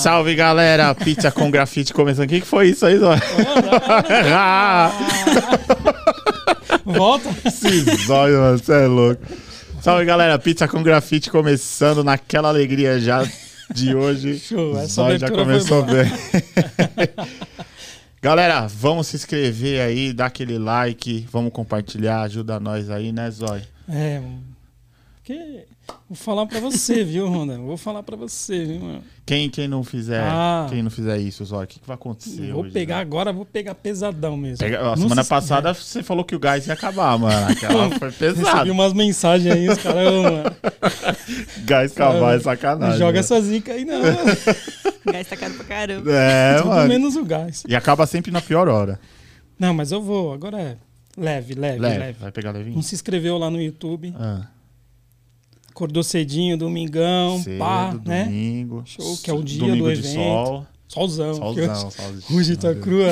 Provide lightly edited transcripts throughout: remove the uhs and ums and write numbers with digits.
Salve, galera! Pizza com grafite começando. O que foi isso aí, Zóio? Volta! Esse Zóio, mano, você é louco. Salve, galera! Pizza com grafite começando naquela alegria já de hoje. Show, essa Zóio já abertura começou foi boa. bem. Galera, vamos se inscrever aí, dar aquele like, vamos compartilhar, ajuda nós aí, né, Zóio? Porque vou falar pra você, viu, Ronda? Vou falar pra você, viu, mano? Quem não fizer, isso, Zóio, o que vai acontecer Vou hoje? pegar né? agora, vou pegar pesadão mesmo. Semana passada você falou que o gás ia acabar, mano. Aquela foi pesada. Recebi umas mensagens aí, os caras, mano. Gás acabar é sacanagem. Não joga né? essa zica aí, não, mano. O gás tá caro pra caramba. É, Tudo mano. menos o gás. E acaba sempre na pior hora. Não, mas eu vou, agora é leve. Vai pegar levinho? Não se inscreveu lá no YouTube. Ah, Acordou cedinho, domingão, cedo, pá, né? domingo. Show, que é o dia domingo do de evento. sol. Solzão. Solzão. Hoje tá crua.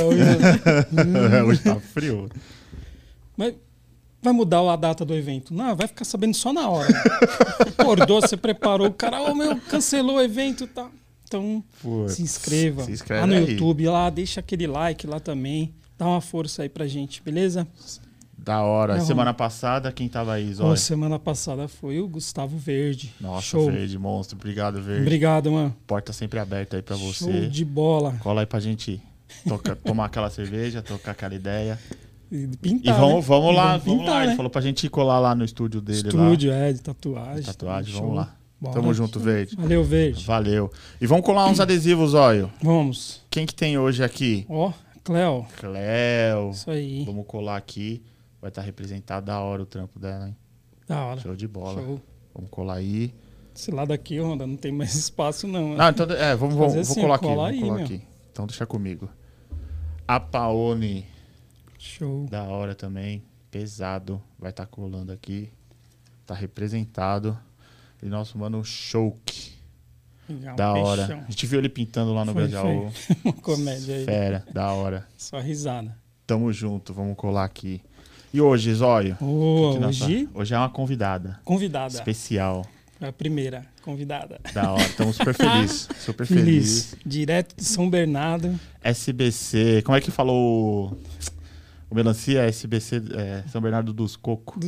Hoje tá frio. Mas vai mudar a data do evento? Não, vai ficar sabendo só na hora. Acordou, você preparou, o cara, cancelou o evento, tá? Então, Putz, se inscreva se inscreve lá no aí. YouTube, lá, deixa aquele like lá também. Dá uma força aí pra gente, beleza? Da hora. Não, Semana passada, quem tava aí, Zóio? Semana passada foi o Gustavo Verde. Nossa, Show. Verde, monstro. Obrigado, Verde. Obrigado, mano. Porta sempre aberta aí pra Show você. de bola. Cola aí pra gente tomar aquela cerveja, trocar aquela ideia. E E pintar, vamos lá, Vamos pintar, Ele né? falou pra gente ir colar lá no estúdio dele. Estúdio, lá. de tatuagem. Tatuagem, Show. vamos lá. Bora. Tamo junto, Verde. Valeu, Verde. Valeu. E vamos colar uns adesivos, Zóio. Vamos. Quem que tem hoje aqui? Ó, Cleo. Cleo. Isso aí. Vamos colar aqui. Vai estar representado da hora o trampo dela, hein? Da hora. Show de bola. Show. Vamos colar aí. Esse lado aqui, Ronda, não tem mais espaço, não. Não, então, vou assim, colar aqui. cola Vou aí, colar meu. aqui. Então deixa comigo. A Paone, Show. da hora também. Pesado. Vai estar colando aqui. Tá representado. E nosso mano Choke. Legal, Da hora. peixão. A gente viu ele pintando lá no Foi, Grajaú. Uma comédia aí. Fera, da hora. Só risada. Tamo junto, vamos colar aqui. E hoje, Zóio? Hoje é uma convidada. Convidada. Especial. É a primeira convidada. Da hora, estamos super felizes. Super felizes. Direto de São Bernardo. SBC, como é que falou o Melancia? SBC, São Bernardo dos Coco.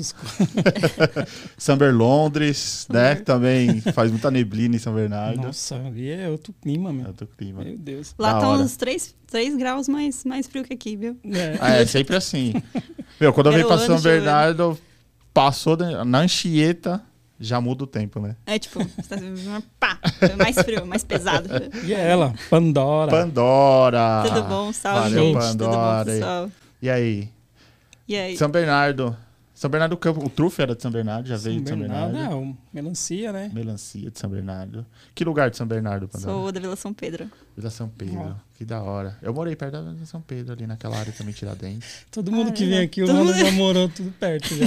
Samber Londres, né? Também faz muita neblina em São Bernardo. Nossa, ali é outro clima, meu. É outro clima. Meu Deus. Lá Da tá hora. uns 3 graus mais frio que aqui, viu? É sempre assim. Meu, quando eu venho pra Garoando, São Bernardo, passou na Anchieta, já muda o tempo, né? É tipo, pá, mais frio, mais pesado. E ela, Pandora. Pandora. Tudo bom? Salve, Valeu, gente. Pandora. Tudo bom, pessoal? E aí? E aí? São Bernardo. São Bernardo do Campo. O Trufo era de São Bernardo, já veio de São Bernardo. É, o Melancia, né? Melancia de São Bernardo. Que lugar de São Bernardo, Pandora? Sou da Vila São Pedro. Vila São Pedro. Que da hora. Eu morei perto da Vila São Pedro, ali naquela área também, Tiradentes. Todo mundo que vem aqui, o Todo Ronda mundo- já morou tudo perto já.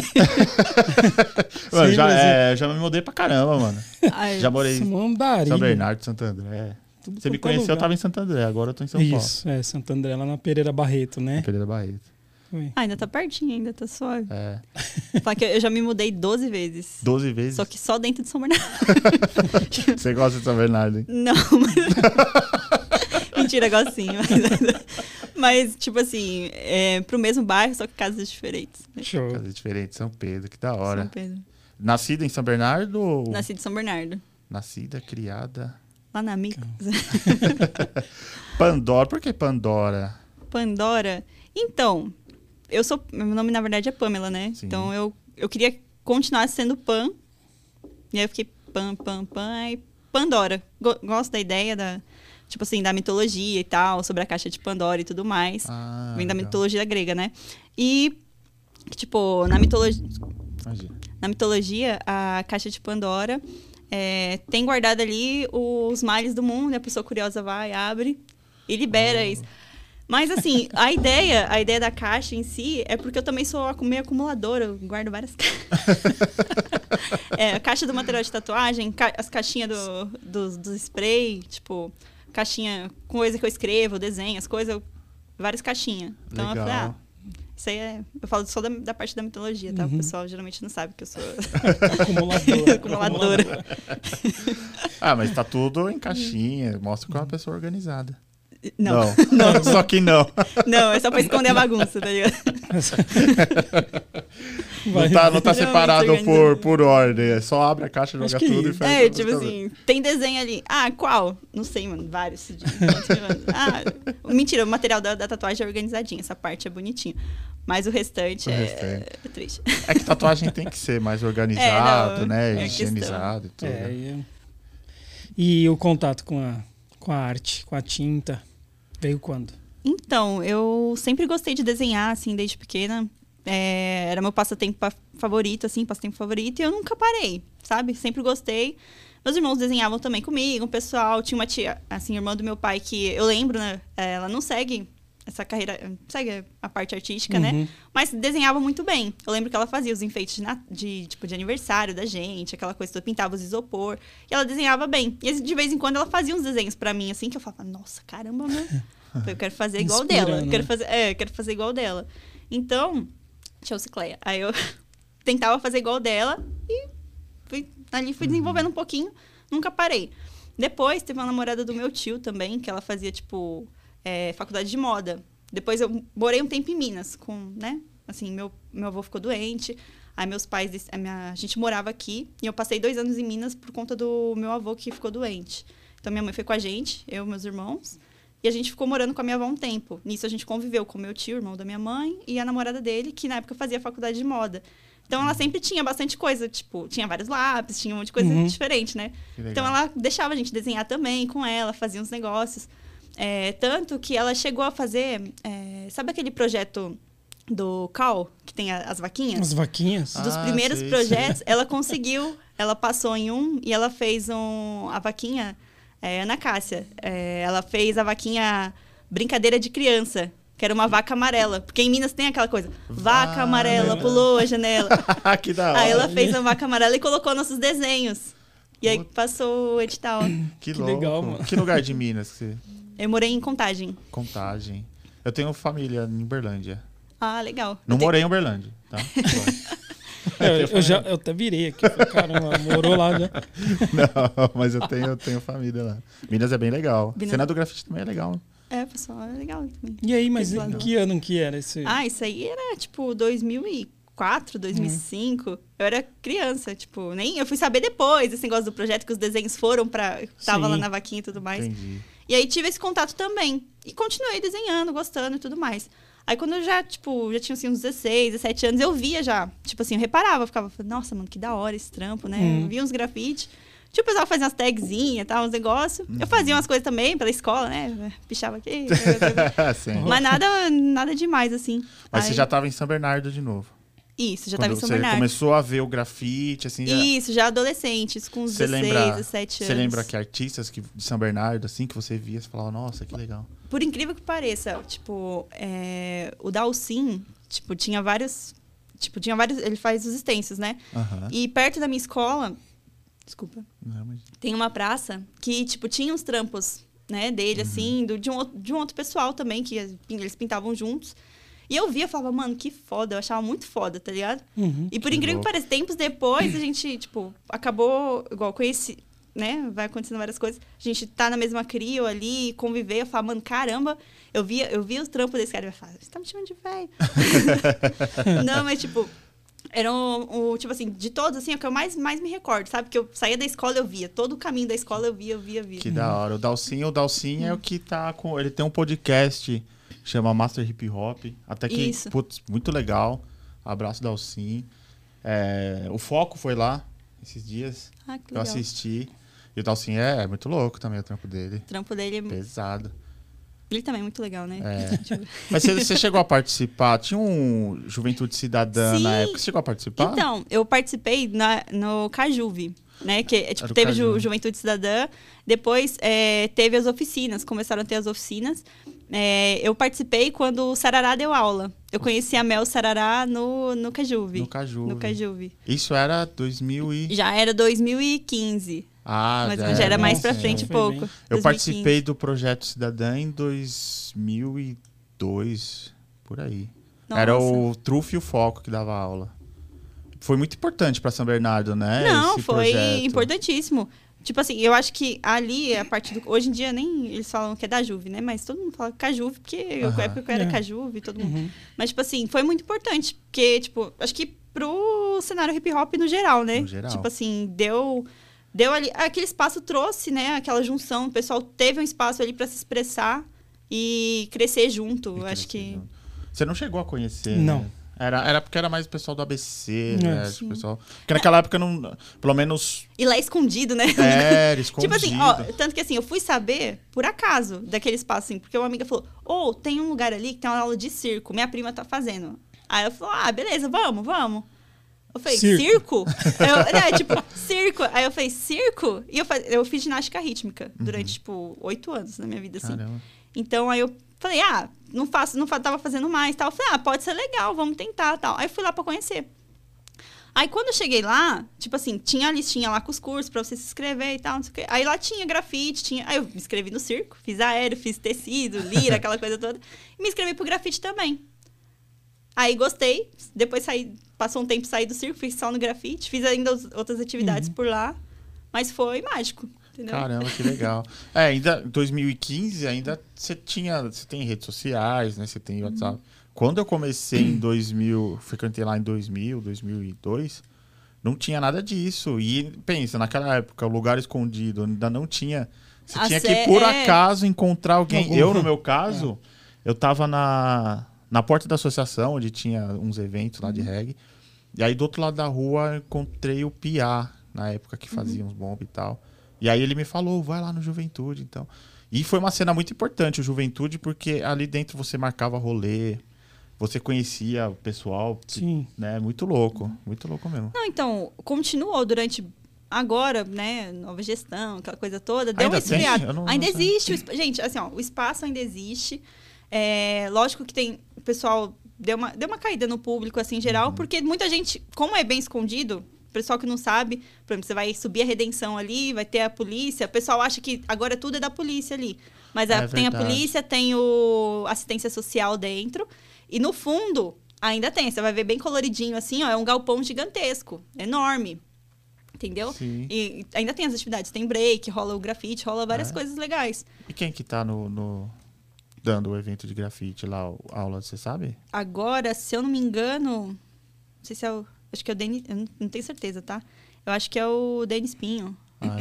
Mano, Sempre assim. já me mudei pra caramba, mano. Ai, Já morei em Mandarim. São Bernardo, Santo André. Tudo Você me quanto é conheceu, eu lugar. tava em Santo André, agora eu tô em São Paulo. Isso, Santo André, lá na Pereira Barreto, né? Pereira Barreto. Foi. ainda tá pertinho, ainda tá suave. É. Fala que eu já me mudei 12 vezes. 12 vezes. Só que só dentro de São Bernardo. Você gosta de São Bernardo, hein? Não, mas... Mentira, gosto sim. Mas, tipo assim, pro mesmo bairro, só que casas diferentes. Né? Show. Casa diferente, São Pedro, que da hora. São Pedro. Nascida em São Bernardo ou... Nasci de São Bernardo. Nascida, criada... Lá na Mica. Pandora, por que Pandora? Pandora. Então, meu nome na verdade é Pamela, né? Sim. Então eu queria continuar sendo Pan. E aí eu fiquei Pan, aí Pandora. Gosto da ideia tipo assim, da mitologia e tal, sobre a caixa de Pandora e tudo mais. Ah, Vem da legal. mitologia grega, né? E, tipo, na mitologia, a caixa de Pandora tem guardado ali os males do mundo, e a pessoa curiosa vai, abre e libera isso. Mas, assim, a ideia da caixa em si é porque eu também sou meio acumuladora, eu guardo várias caixas. A caixa do material de tatuagem, as caixinhas do spray, tipo, caixinha com coisa que eu escrevo, desenho, as coisas, várias caixinhas. Então, eu falei, Legal. Isso aí eu falo só da parte da mitologia, tá? O pessoal geralmente não sabe que eu sou acumuladora. Mas tá tudo em caixinha. Mostra que é uma pessoa organizada. Não. Só que não. Não, é só pra esconder a bagunça, tá ligado? Não tá separado por ordem. É só abre a caixa, joga tudo e fecha. Tipo assim, tem desenho ali. Ah, qual? Não sei, mano. Vários. Mentira, o material da tatuagem é organizadinho. Essa parte é bonitinha. Mas o restante é triste. É que tatuagem tem que ser mais organizado, né? Higienizado e tudo. E o contato com a arte, com a tinta, veio quando? Então, eu sempre gostei de desenhar, assim, desde pequena. Era meu passatempo favorito, e eu nunca parei, sabe? Sempre gostei. Meus irmãos desenhavam também comigo, o pessoal. Tinha uma tia, assim, irmã do meu pai, que eu lembro, né? Ela não segue essa carreira, segue a parte artística, né? Mas desenhava muito bem. Eu lembro que ela fazia os enfeites de aniversário da gente, aquela coisa toda, pintava os isopor. E ela desenhava bem. E de vez em quando ela fazia uns desenhos pra mim, assim, que eu falava, nossa, caramba, meu. Eu quero fazer igual dela. Quero fazer igual dela. Então, Chelsea Cleia. Aí eu tentava fazer igual dela e fui desenvolvendo um pouquinho, nunca parei. Depois teve uma namorada do meu tio também, que ela fazia, tipo, faculdade de moda. Depois eu morei um tempo em Minas, né? Assim, meu avô ficou doente, aí meus pais, a gente morava aqui, e eu passei 2 anos em Minas por conta do meu avô que ficou doente. Então minha mãe foi com a gente, eu e meus irmãos, e a gente ficou morando com a minha avó um tempo. Nisso a gente conviveu com o meu tio, irmão da minha mãe, e a namorada dele, que na época fazia faculdade de moda. Então ela sempre tinha bastante coisa, tipo, tinha vários lápis, tinha um monte de coisa diferente, né? Então ela deixava a gente desenhar também com ela, fazia uns negócios. Tanto que ela chegou a fazer, sabe aquele projeto do Cal, que tem as vaquinhas? As vaquinhas? Dos primeiros projetos, ela conseguiu, ela passou em um e ela fez a vaquinha, Ana Cássia. Ela fez a vaquinha Brincadeira de Criança, que era uma vaca amarela. Porque em Minas tem aquela coisa, vaca amarela pulou a janela. Que da hora. Aí ela fez a vaca amarela e colocou nossos desenhos. E aí passou o edital. Que legal, mano. Que lugar de Minas que você... Eu morei em Contagem. Contagem. Eu tenho família em Uberlândia. Ah, legal. Não morei em Uberlândia, tá? Eu até virei aqui. Caramba, morou lá já. Não, mas eu tenho família lá. Minas é bem legal. Cena do grafite também é legal. Pessoal, é legal também. E aí, mas em que ano que era esse? Isso aí era, tipo, 2004, 2005. Eu era criança, tipo, nem... Eu fui saber depois esse negócio do projeto, que os desenhos foram pra... Tava lá na vaquinha e tudo mais. Entendi. E aí tive esse contato também. E continuei desenhando, gostando e tudo mais. Aí quando eu já tinha assim, uns 16, 17 anos, eu via já. Tipo assim, eu reparava, ficava, nossa, mano, que da hora esse trampo, né? Eu via uns grafites. Tipo, o pessoal fazia umas tagzinhas, tal, uns negócios. Eu fazia umas coisas também pela escola, né? Pichava aqui. Mas nada demais, assim. Mas você já tava em São Bernardo de novo? Isso, já tava em São Bernardo. Você começou a ver o grafite, assim... Isso, já adolescentes, com uns 16, 17 anos. Você lembra que artistas de São Bernardo, assim, que você via, você falava, nossa, que legal. Por incrível que pareça, tipo, o Dalcin, tipo, tinha vários... Ele faz os extensos, né? E perto da minha escola... Desculpa. Tem uma praça que, tipo, tinha uns trampos, né, dele, assim, de um outro pessoal também, que eles pintavam juntos. E eu via, falava, mano, que foda. Eu achava muito foda, tá ligado? E por incrível que pareça, tempos depois, a gente, tipo, acabou... Igual, conheci, né? Vai acontecendo várias coisas. A gente tá na mesma crio ali, conviver. Eu falava, mano, caramba. Eu via os trampos desse cara. Eu falava, você tá me chamando de velho? Não, mas, tipo... Era tipo assim, de todos, assim, é o que eu mais me recordo, sabe? Que eu saía da escola, eu via. Todo o caminho da escola, eu via. Que da hora. O Dalcin é o que tá com... Ele tem um podcast, chama Master Hip Hop. Até que, putz, muito legal. Abraço, Dalcin. O Foco foi lá, esses dias. Ah, que legal. Eu assisti. E o Dalcin é muito louco também, o trampo dele. O trampo dele é... pesado. Ele também é muito legal, né? Mas você chegou a participar? Tinha um Juventude Cidadã na época. Você chegou a participar? Então, eu participei no Cajuve, né? Que teve Juventude Cidadã. Depois teve as oficinas. Começaram a ter as oficinas. Eu participei quando o Sarará deu aula. Eu conheci a Mel Sarará no Cajuve. No Cajuve. Isso Isso era 2000 e... Já era 2015. Mas já era mais pra frente um pouco. Eu 2015. Participei do Projeto Cidadã em 2002, por aí. Era o Trufo e o Foco que dava aula. Foi muito importante para São Bernardo, né? Não, esse foi projeto. importantíssimo. Tipo assim, eu acho que ali, a partir do... Hoje em dia, nem eles falam que é da Juve, né? Mas todo mundo fala Cajuve, porque eu era Cajuve, todo mundo. Mas, tipo assim, foi muito importante. Porque, tipo, acho que pro cenário hip-hop no geral, né? No geral. Tipo assim, deu ali... Aquele espaço trouxe, né? Aquela junção. O pessoal teve um espaço ali pra se expressar e crescer junto. Acho que... Você não chegou a conhecer, Não. né? Era porque era mais o pessoal do ABC, né? sim. Pessoal... Porque naquela época, não, pelo menos... E lá escondido, né? Era escondido. Tipo assim, ó, tanto que assim, eu fui saber, por acaso, daquele espaço, assim, porque uma amiga falou, tem um lugar ali que tem uma aula de circo, minha prima tá fazendo. Aí eu falei, beleza, vamos. Eu falei, circo? Circo. Aí eu falei, circo? E eu fiz ginástica rítmica durante, tipo, 8 anos na minha vida, assim. Caramba. Então, aí eu falei, não tava fazendo mais, tal. Eu falei, pode ser legal, vamos tentar, tal. Aí eu fui lá pra conhecer. Aí, quando eu cheguei lá, tipo assim, tinha a listinha lá com os cursos pra você se inscrever e tal, não sei o quê. Aí lá tinha grafite, Aí eu me inscrevi no circo, fiz aéreo, fiz tecido, lira, aquela coisa toda. E me inscrevi pro grafite também. Aí gostei, depois passou um tempo, saí do circo, fiz só no grafite, fiz ainda outras atividades por lá, mas foi mágico. Entendeu? Caramba, que legal. Ainda em 2015, ainda você tem redes sociais, né? Você tem WhatsApp. Quando eu comecei em 2000, frequentei lá em 2000, 2002, não tinha nada disso. E pensa, naquela época, o lugar escondido ainda não tinha... Você tinha que, por acaso, encontrar alguém. Eu, no meu caso, eu tava na porta da associação, onde tinha uns eventos lá de reggae. E aí, do outro lado da rua, eu encontrei o Piá, na época que fazia uns bomb e tal. E aí ele me falou, vai lá no Juventude, então. E foi uma cena muito importante, o Juventude, porque ali dentro você marcava rolê, você conhecia o pessoal. Sim. Né? Muito louco mesmo. Não, então, continuou durante... Agora, né, nova gestão, aquela coisa toda, deu uma esfriada. Ainda existe. Gente, assim, ó, o espaço ainda existe. Lógico que o pessoal deu uma caída no público, assim, em geral, porque muita gente, como é bem escondido, o pessoal que não sabe, por exemplo, você vai subir a Redenção ali, vai ter a polícia, o pessoal acha que agora tudo é da polícia ali. Mas tem a polícia, tem o assistência social dentro, e no fundo, ainda tem, você vai ver bem coloridinho, assim, ó, é um galpão gigantesco, enorme. Entendeu? Sim. E ainda tem as atividades, tem break, rola o grafite, rola várias coisas legais. E quem que tá dando o evento de grafite lá, a aula, você sabe? Agora, se eu não me engano, não sei se é o... Acho que é o Denis... Eu não tenho certeza, tá? Eu acho que é o Denis Pinho.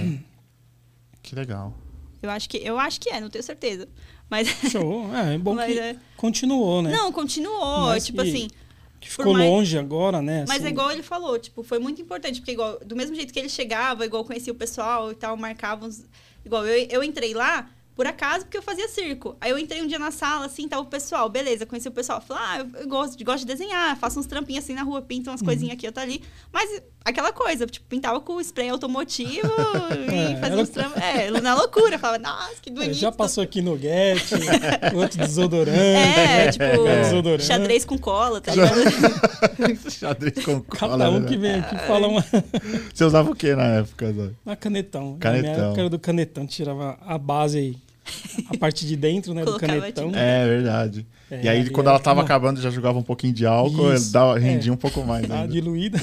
Que legal. Eu acho que é, não tenho certeza. Mas... Show. É bom que continuou, né? Não, continuou. Mas tipo assim... Que ficou longe agora, né? Mas assim... é igual ele falou, tipo, foi muito importante, porque igual, do mesmo jeito que ele chegava, igual conhecia o pessoal e tal, marcava uns... Igual, eu entrei lá, por acaso, porque eu fazia circo. Aí eu entrei um dia na sala, assim, tava o pessoal, beleza, conheci o pessoal. Falei, eu gosto de desenhar, faço uns trampinhos assim na rua, pinto umas coisinhas aqui, outra ali. Mas aquela coisa, tipo, pintava com spray automotivo e fazia uns trampos. Na loucura. Falava, nossa, que bonito. Já passou aqui no Get, outro desodorante. Desodorante. Xadrez com cola, tá ligado? Xadrez com cola. Cada um que vem aqui fala uma... Você usava o que na época, Zé? Uma canetão. Canetão. Na minha época era do canetão, tirava a base aí. A parte de dentro, né, do canetão. É verdade. E aí, quando ela tava acabando, já jogava um pouquinho de álcool, rendia um pouco mais. Tá diluída.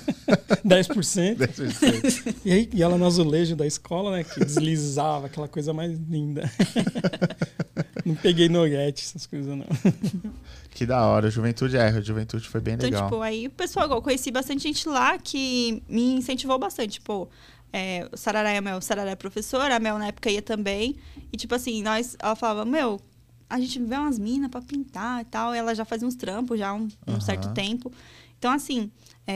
10%. 10%. E ela no azulejo da escola, né, que deslizava, aquela coisa mais linda. Não peguei Nugget, essas coisas não. Que da hora. A Juventude foi bem legal. Então, tipo, aí o pessoal, igual, conheci bastante gente lá que me incentivou bastante, tipo... o Sarará e a Mel, o Sarará é professora, a Mel na época ia também. E, tipo assim, ela falava, a gente vê umas minas pra pintar e tal. E ela já fazia uns trampos já há um certo tempo. Então, assim,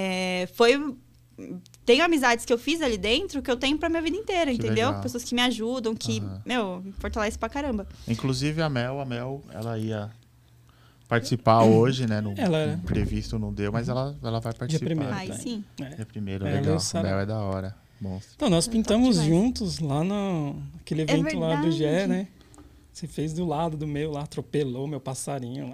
Tem amizades que eu fiz ali dentro que eu tenho pra minha vida inteira, entendeu? Legal. Pessoas que me ajudam, que, fortalece pra caramba. Inclusive a Mel, ela ia participar hoje, né? No previsto não deu, mas ela vai participar. Dia 1º. Aí sim. Dia 1º, legal. A Mel é da hora. Monstro. Então, nós pintamos juntos lá naquele evento lá do GE, né? Você fez do lado do meu lá, atropelou meu passarinho lá.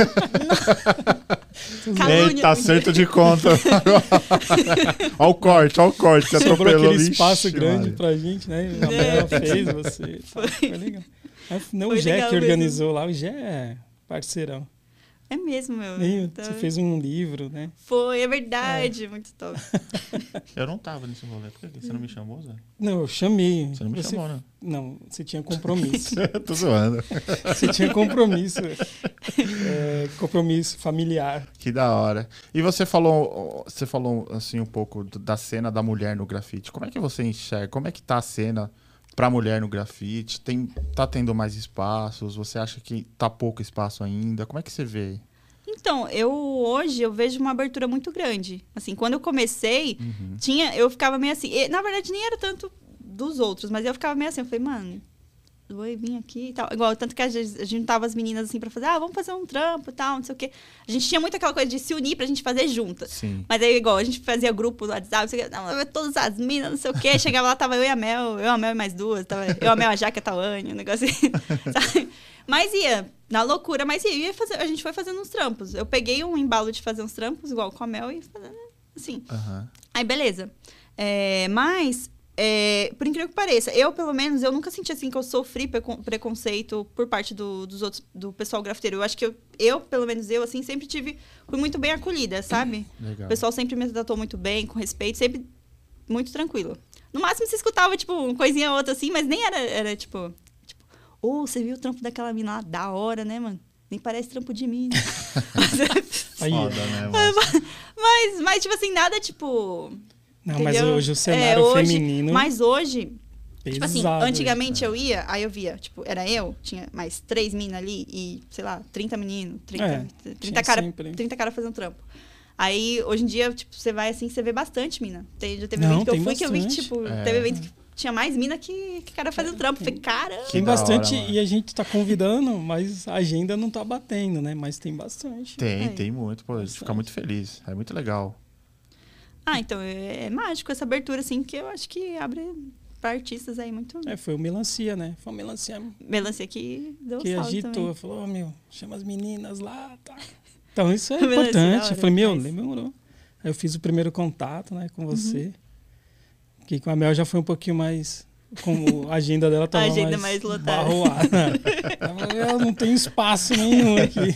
Eita, acerto de conta. Olha o corte, você sobrou atropelou. Aquele espaço grande pra gente, né? A Bela fez, você. Foi legal. Não, o Gé que organizou lá, o Gé é parceirão. É mesmo, meu. Então... Você fez um livro, né? Foi, é verdade. Muito top. Eu não tava nesse rolê. Por que você não me chamou, Zé? Não, eu chamei. Você não me chamou, né? Não, você tinha compromisso. Tô zoando. Você tinha compromisso. Compromisso familiar. Que da hora. E você falou assim um pouco da cena da mulher no grafite. Como é que você enxerga? Como é que tá a cena pra mulher no grafite? Tá tendo mais espaços? Você acha que tá pouco espaço ainda? Como é que você vê? Então, hoje eu vejo uma abertura muito grande. Assim, quando eu comecei, eu ficava meio assim. Na verdade, nem era tanto dos outros, mas eu ficava meio assim. Eu falei, mano, vou vir aqui e tal. Igual, tanto que a gente juntava as meninas assim pra fazer, vamos fazer um trampo e tal, não sei o quê. A gente tinha muito aquela coisa de se unir pra gente fazer juntas. Sim. Mas aí, igual, a gente fazia grupo no WhatsApp, não sei o quê, não, todas as meninas, não sei o quê. Chegava lá, tava eu e a Mel e mais duas, tava eu, a Mel, a Jaque e a Tawane, um negócio assim, sabe? Mas ia, na loucura, a gente foi fazendo uns trampos. Eu peguei um embalo de fazer uns trampos, igual com a Mel, e fazendo assim. Aí, beleza. Mas... por incrível que pareça, pelo menos, eu nunca senti assim que eu sofri preconceito por parte dos outros, do pessoal grafiteiro. Eu acho que pelo menos assim, sempre fui muito bem acolhida, sabe? Legal. O pessoal sempre me tratou muito bem, com respeito, sempre muito tranquilo. No máximo, você escutava, tipo, uma coisinha ou outra assim, mas nem era tipo, você viu o trampo daquela mina lá? Da hora, né, mano? Nem parece trampo de mim. Foda, né, mano? Mas, tipo assim, nada, tipo... Não, entendeu? mas hoje o cenário feminino... Mas hoje, pesado, tipo assim, antigamente eu ia, aí eu via, tipo, tinha mais 3 minas ali e, sei lá, 30 meninos, 30 cara fazendo trampo. Aí, hoje em dia, tipo, você vai assim, você vê bastante mina. Já teve evento que eu fui, que eu vi, tipo, teve evento que tinha mais mina que cara fazendo trampo. Falei, caramba! Tem bastante, e a gente tá convidando, mas a agenda não tá batendo, né? Mas tem bastante. Tem muito, pô, a gente fica muito feliz. É muito legal. Então é mágico essa abertura, assim, que eu acho que abre para artistas aí muito... Foi o Melancia, né? Foi o Melancia que deu que salve agitou, também. Falou, chama as meninas lá, tá. Então isso é importante. Eu falei, demorou. Aí eu fiz o primeiro contato, né, com você. Que com a Mel já foi um pouquinho mais... Como a agenda dela tava mais barroada. Eu não tenho espaço nenhum aqui.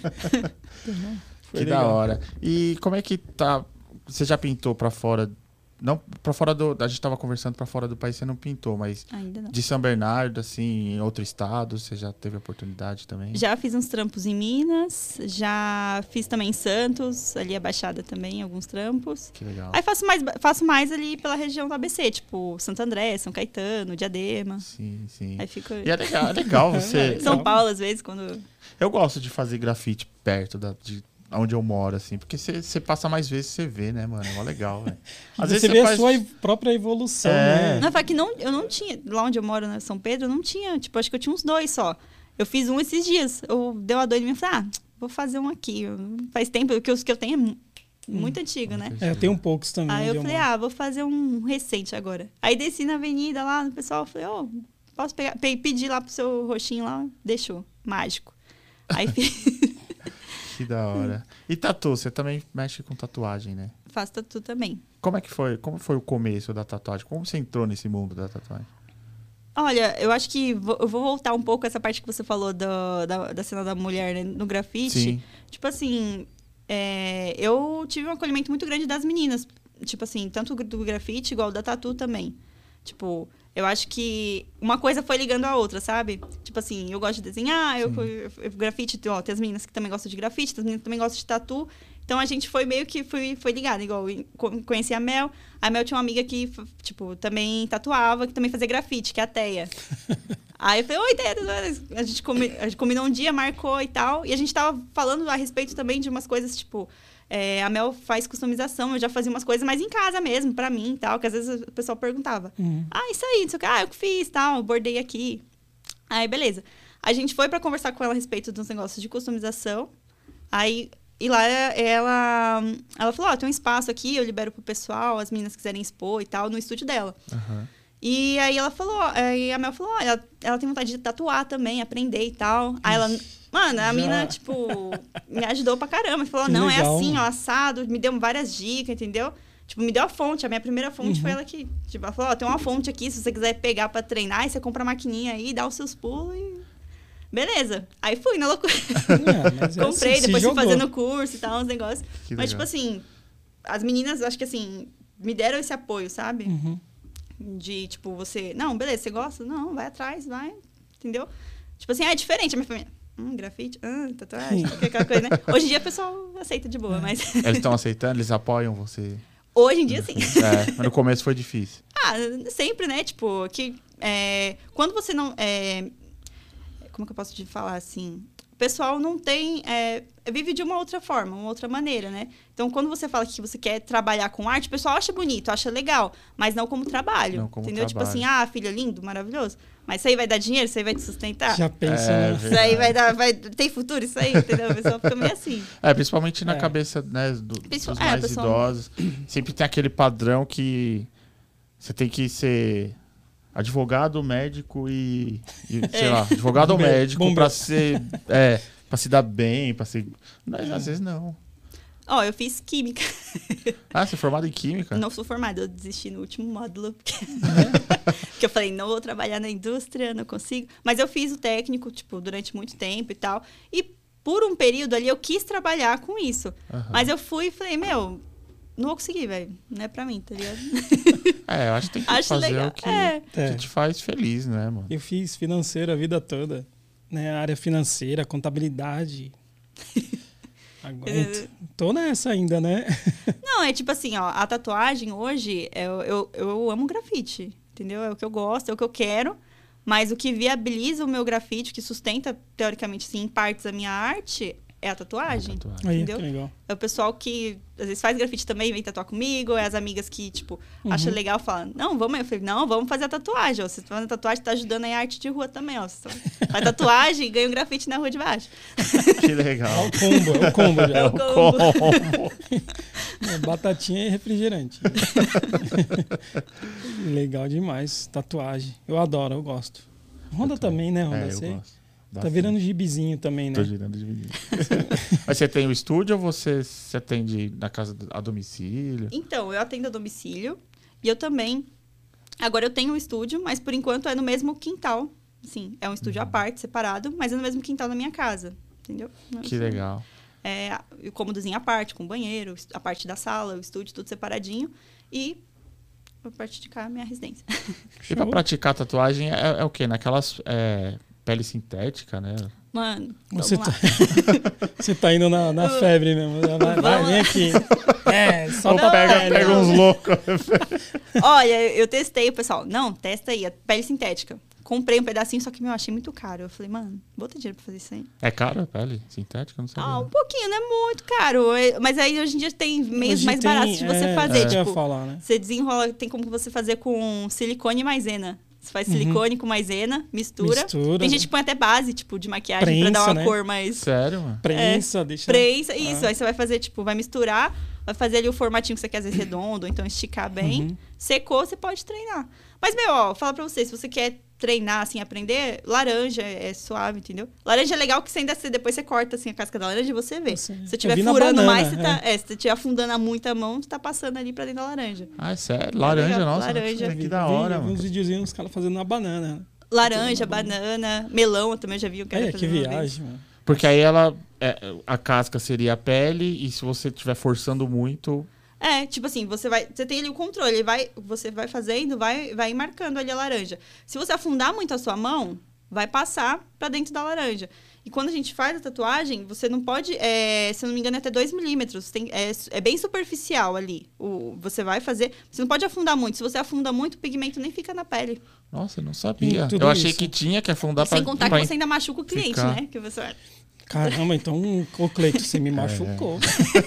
Que legal. Da hora. E como é que tá... Você já pintou pra fora? Não, pra fora do... A gente tava conversando pra fora do país, você não pintou, mas... Ainda não. De São Bernardo, assim, em outro estado, você já teve a oportunidade também? Já fiz uns trampos em Minas, já fiz também em Santos, ali a Baixada também, alguns trampos. Que legal. Aí faço mais ali pela região do ABC, tipo Santo André, São Caetano, Diadema. Sim. Aí fica... E é legal você... São Paulo, às vezes, quando... Eu gosto de fazer grafite perto de onde eu moro, assim, porque você passa mais vezes, você vê, né, mano? É mó legal, velho. Às vezes você vê a sua própria evolução, né? Não, foi que eu não tinha, lá onde eu moro, na São Pedro, eu não tinha, tipo, acho que eu tinha uns 2 só. Eu fiz um esses dias, deu a doida em mim e falei, vou fazer um aqui. Faz tempo, que os que eu tenho é muito antigo, né? Eu tenho poucos também. Aí eu falei, vou fazer um recente agora. Aí desci na avenida lá, no pessoal, falei, posso pegar, pedir lá pro seu roxinho lá, deixou, mágico. Aí fiz... Que da hora. E tatu, você também mexe com tatuagem, né? Faço tatu também. Como é que foi? Como foi o começo da tatuagem? Como você entrou nesse mundo da tatuagem? Olha, eu acho que eu vou voltar um pouco essa parte que você falou da cena da mulher, né, no grafite. Sim. Tipo assim, eu tive um acolhimento muito grande das meninas. Tipo assim, tanto do grafite igual da tatu também. Tipo, eu acho que uma coisa foi ligando a outra, sabe? Tipo assim, eu gosto de desenhar, eu grafite, tem as meninas que também gostam de grafite, as meninas que também gostam de tatu. Então a gente foi meio que foi ligado, igual conheci a Mel tinha uma amiga que, tipo, também tatuava, que também fazia grafite, que é a Teia. Aí eu falei, oi, Teia, a gente combinou um dia, marcou e tal, e a gente tava falando a respeito também de umas coisas, tipo... a Mel faz customização, eu já fazia umas coisas mais em casa mesmo, pra mim e tal, que às vezes o pessoal perguntava. Isso aí, não sei o que, eu que fiz, tal, bordei aqui. Aí, beleza. A gente foi pra conversar com ela a respeito dos negócios de customização. Aí, e lá ela falou, tem um espaço aqui, eu libero pro pessoal, as meninas quiserem expor e tal, no estúdio dela. E aí ela falou, aí a Mel falou, ela tem vontade de tatuar também, aprender e tal. Aí ela... Mano, a mina, tipo, me ajudou pra caramba. Falou, não, legal. É assim, assado. Me deu várias dicas, entendeu? Tipo, me deu a fonte. A minha primeira fonte foi ela que... Tipo, ela falou, tem uma fonte aqui, se você quiser pegar pra treinar, aí você compra a maquininha aí, dá os seus pulos e... Beleza. Aí fui na loucura. Comprei, assim, depois fui fazendo curso e tal, uns negócios. Que Mas, legal. tipo assim, as meninas, acho que assim, me deram esse apoio, sabe? De, tipo, você... Não, beleza, você gosta? Não, vai atrás, vai. Entendeu? Tipo assim, é diferente a minha família. Grafite, tatuagem, aquela coisa, né? Hoje em dia o pessoal aceita de boa, mas... Eles estão aceitando? Eles apoiam você? Hoje em dia, sim. Mas no começo foi difícil. Sempre, né? Tipo, que... quando você não... como que eu posso te falar, assim? O pessoal não tem... vive de uma outra forma, uma outra maneira, né? Então, quando você fala que você quer trabalhar com arte, o pessoal acha bonito, acha legal, mas não como trabalho. Não como entendeu? trabalho. Tipo assim, filho, lindo, maravilhoso. Mas isso aí vai dar dinheiro? Isso aí vai te sustentar? Já pensa, né? Isso aí vai dar... Tem futuro isso aí? Entendeu? O pessoal fica meio assim. Principalmente na cabeça, né, dos mais pessoal... idosos. Sempre tem aquele padrão que você tem que ser advogado, médico e sei lá, advogado ou médico pra ser... pra se dar bem, pra ser... Mas às vezes não. Eu fiz química. Você é formado em química? Não sou formada, eu desisti no último módulo. Porque eu falei, não vou trabalhar na indústria, não consigo. Mas eu fiz o técnico, tipo, durante muito tempo e tal. E por um período ali eu quis trabalhar com isso. Mas eu fui e falei, não vou conseguir, velho. Não é pra mim, tá ligado? Eu acho que tem que fazer legal. O que te faz feliz, né, mano? Eu fiz financeiro a vida toda. Né? Área financeira, contabilidade... Aguento. Tô nessa ainda, né? Não, é tipo assim, a tatuagem hoje, eu amo grafite, entendeu? É o que eu gosto, é o que eu quero, mas o que viabiliza o meu grafite, que sustenta, teoricamente, sim, em partes a minha arte, é a tatuagem, entendeu? Aí, legal. É o pessoal que, às vezes, faz grafite também, vem tatuar comigo, é as amigas que, tipo, acham legal, falam, não, vamos aí. Eu falei, não, vamos fazer a tatuagem, ó. Você tá fazendo tatuagem, tá ajudando aí a arte de rua também, ó. Você faz tatuagem e ganha um grafite na rua de baixo. Que legal. É o combo já. É o combo. Batatinha e refrigerante. Legal demais, tatuagem. Eu adoro, eu gosto. Honda também, né, Honda? Eu gosto. Tá virando gibizinho também, né? Tô virando gibizinho. Mas você tem o estúdio ou você atende na casa a domicílio? Então, eu atendo a domicílio e eu também... Agora eu tenho um estúdio, mas por enquanto é no mesmo quintal. Sim, é um estúdio à parte, separado, mas é no mesmo quintal da minha casa. Entendeu? Que legal. O cômodozinho à parte, com banheiro, a parte da sala, o estúdio, tudo separadinho. E a parte de cá, minha residência. E pra praticar tatuagem é o quê? Naquelas... pele sintética, né? Mano, você tá indo na febre mesmo. Vai, vem aqui. Só pega uns loucos. Olha, eu testei, o pessoal. Não, testa aí, a pele sintética. Comprei um pedacinho, só que eu achei muito caro. Eu falei, mano, vou ter dinheiro pra fazer isso aí. É caro a pele sintética? Não sei. Um pouquinho, não é muito caro. Mas aí hoje em dia tem meios mais baratos de você fazer. Tipo, falar, né? Você desenrola, tem como você fazer com silicone e maisena. Você faz silicone com maisena, mistura. Tem gente que põe até base, tipo, de maquiagem prensa, pra dar uma né? cor mais... Sério, mano? Prensa, deixa... Prensa, isso. Aí você vai fazer, tipo, vai misturar, vai fazer ali o formatinho que você quer, às vezes redondo, ou então esticar bem. Secou, você pode treinar. Mas, fala pra você, se você quer treinar, assim, aprender, laranja é suave, entendeu? Laranja é legal que depois você corta, assim, a casca da laranja e você vê. Se você estiver furando mais, você tá... se você estiver afundando muito a mão, você tá passando ali pra dentro da laranja. É sério? Laranja, nossa. Laranja. Que da hora, mano. Uns videozinhos, os caras fazendo na banana. Laranja, banana, melão, eu também já vi o cara fazendo. Que viagem, mano. Porque aí a casca seria a pele, e se você estiver forçando muito... tipo assim, você tem ali o controle, você vai fazendo, vai marcando ali a laranja. Se você afundar muito a sua mão, vai passar pra dentro da laranja. E quando a gente faz a tatuagem, você não pode, se eu não me engano, é até 2 milímetros. É bem superficial ali. Você vai fazer, você não pode afundar muito. Se você afunda muito, o pigmento nem fica na pele. Nossa, eu não sabia. Eu achei que tinha que afundar pra... Sem contar que você ainda machuca o cliente, né? Que você vai... Caramba, então, Cleito, você me machucou.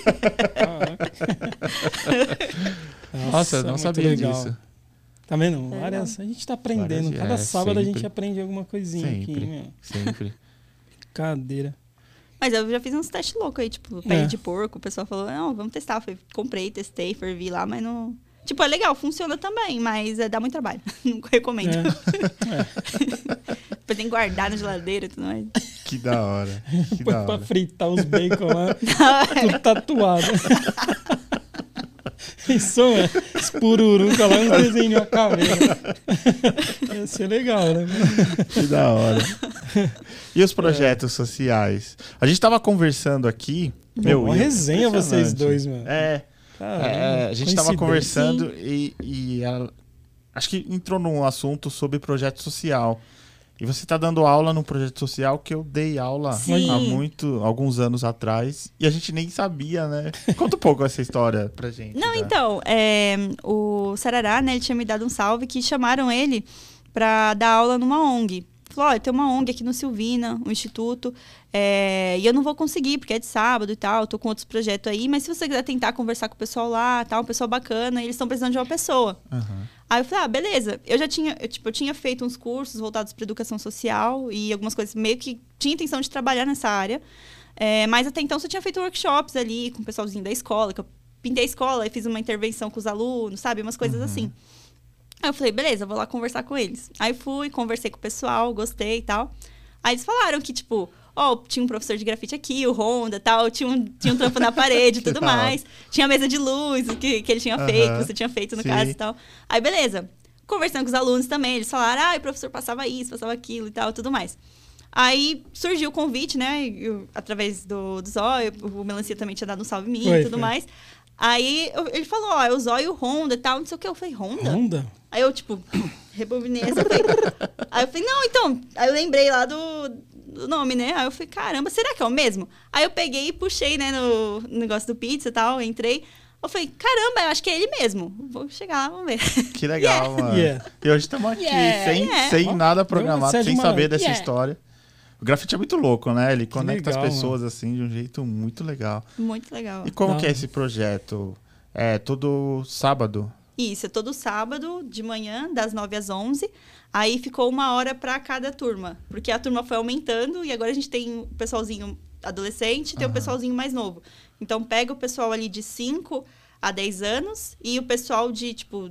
Nossa, eu não sabia disso. Tá vendo? A gente tá aprendendo. Cada sábado sempre. A gente aprende alguma coisinha sempre, aqui, meu. Sempre. Cadeira. Mas eu já fiz uns testes loucos aí, tipo, pele de porco. O pessoal falou, não, vamos testar. Eu comprei, testei, fervi lá, mas não... Tipo, é legal, funciona também, mas dá muito trabalho. Não recomendo. Depois tem que guardar na geladeira e tudo mais. Que da hora. Põe pra fritar os bacon lá, tudo tatuado. Pensou, né? Espururuca lá no desenho de uma caveira. Ia ser legal, né? Que da hora. E os projetos sociais? A gente tava conversando aqui... Uma resenha vocês dois, mano. A gente tava conversando e ela, acho que entrou num assunto sobre projeto social. E você tá dando aula num projeto social que eu dei aula há alguns anos atrás e a gente nem sabia, né? Conta um pouco essa história pra gente. Não, então, o Sarará, né, ele tinha me dado um salve que chamaram ele pra dar aula numa ONG. Falou, olha, tem uma ONG aqui no Silvina, um instituto, e eu não vou conseguir, porque é de sábado e tal, tô com outros projetos aí, mas se você quiser tentar conversar com o pessoal lá, tal, um pessoal bacana, e eles estão precisando de uma pessoa. Aí eu falei, beleza. Eu tinha feito uns cursos voltados para educação social e algumas coisas, meio que tinha intenção de trabalhar nessa área, mas até então só tinha feito workshops ali com o pessoalzinho da escola, que eu pintei a escola e fiz uma intervenção com os alunos, sabe? Umas coisas assim. Aí eu falei, beleza, vou lá conversar com eles. Aí fui, conversei com o pessoal, gostei e tal. Aí eles falaram que, tipo, tinha um professor de grafite aqui, o Honda e tal, tinha um trampo na parede e tudo mais. Tinha mesa de luz que ele tinha feito, você tinha feito no caso e tal. Aí, beleza. Conversando com os alunos também, eles falaram, o professor passava isso, passava aquilo e tal, tudo mais. Aí surgiu o convite, né, através do Zóio, o Melancia também tinha dado um salve mim e tudo mais. Aí ele falou, o Zóio e o Honda e tal, não sei o que. Eu falei, Honda? Aí eu, tipo, rebobinei essa. Aí eu falei, não, então. Aí eu lembrei lá do nome, né? Aí eu falei, caramba, será que é o mesmo? Aí eu peguei e puxei, né, no negócio do pizza e tal, entrei. Eu falei, caramba, eu acho que é ele mesmo. Vou chegar lá, vamos ver. Que legal, mano. E hoje estamos aqui, sem nada programado, sem saber dessa história. O grafite é muito louco, né? Ele conecta as pessoas, assim, de um jeito muito legal. Muito legal. E como que é esse projeto? É todo sábado? Isso, é todo sábado, de manhã, das 9 às 11. Aí ficou 1 hora para cada turma. Porque a turma foi aumentando e agora a gente tem o pessoalzinho adolescente e tem o pessoalzinho mais novo. Então, pega o pessoal ali de 5 a 10 anos e o pessoal de, tipo,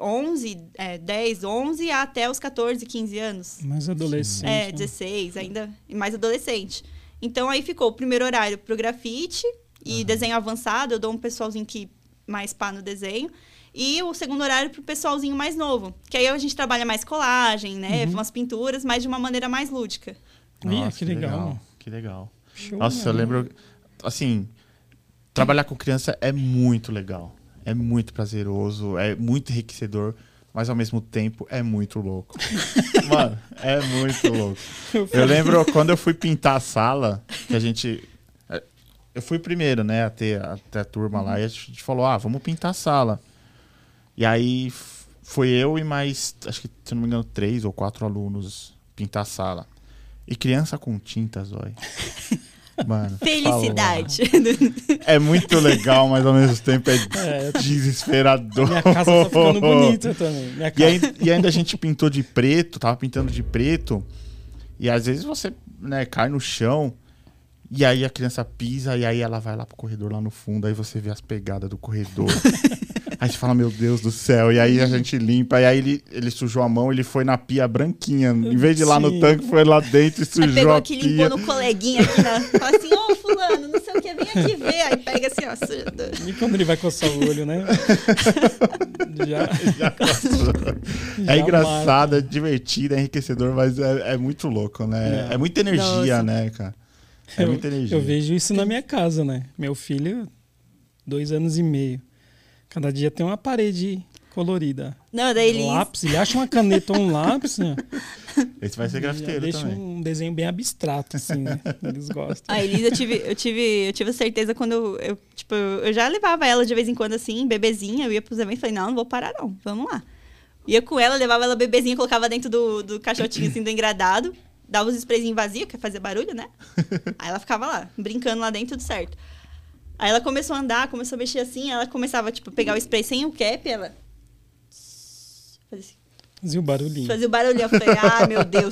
10, 11 até os 14, 15 anos. Mais adolescente. 16, ainda mais adolescente. Então, aí ficou o primeiro horário pro grafite e desenho avançado. Eu dou um pessoalzinho que mais pá no desenho. E o segundo horário pro pessoalzinho mais novo. Que aí a gente trabalha mais colagem, né? Umas pinturas, mas de uma maneira mais lúdica. Nossa, que legal. Que legal. Show, nossa, eu lembro... Assim, trabalhar com criança é muito legal. É muito prazeroso, é muito enriquecedor, mas ao mesmo tempo é muito louco. Mano, é muito louco. Eu lembro quando eu fui pintar a sala, que a gente... Eu fui primeiro, né, até a turma lá, e a gente falou, vamos pintar a sala. E aí foi eu e mais, acho que, se não me engano, 3 ou 4 alunos pintar a sala. E criança com tinta, Zói. Mano, felicidade. É muito legal, mas ao mesmo tempo é desesperador. Minha casa tá ficando bonita também. E ainda a gente pintou de preto, tava pintando de preto. E às vezes você, né, cai no chão. E aí a criança pisa e aí ela vai lá pro corredor, lá no fundo. Aí você vê as pegadas do corredor. Aí você fala, meu Deus do céu. E aí a gente limpa. E aí ele sujou a mão, ele foi na pia branquinha. Em vez de ir lá no tanque, foi lá dentro e sujou a pia. Aí pegou aqui, limpou no coleguinha aqui. Fala assim, fulano, não sei o que, vem aqui ver. Aí pega assim, ó. E quando ele vai coçar o olho, né? Já é engraçado, é divertido, é enriquecedor, mas é muito louco, né? É muita energia, né, cara? É muita energia. Eu vejo isso na minha casa, né? Meu filho, 2 anos e meio. Cada dia tem uma parede colorida. Não, daí ele... Lápis, ele acha uma caneta ou um lápis, né? Esse vai ser grafiteiro deixa também. Um desenho bem abstrato, assim, né? Eles gostam. A Elisa, eu tive certeza quando eu já levava ela de vez em quando, assim, bebezinha. Eu ia pros eventos e falei, não vou parar não, vamos lá. Ia com ela, levava ela bebezinha, colocava dentro do caixotinho, assim, do engradado. Dava os sprayzinhos vazios, que é fazer barulho, né? Aí ela ficava lá, brincando lá dentro, tudo certo. Aí ela começou a andar, começou a mexer assim, ela começava, tipo, pegar o spray sem o cap, ela... Fazia o barulhinho. Fazia o barulhinho. Eu falei, meu Deus.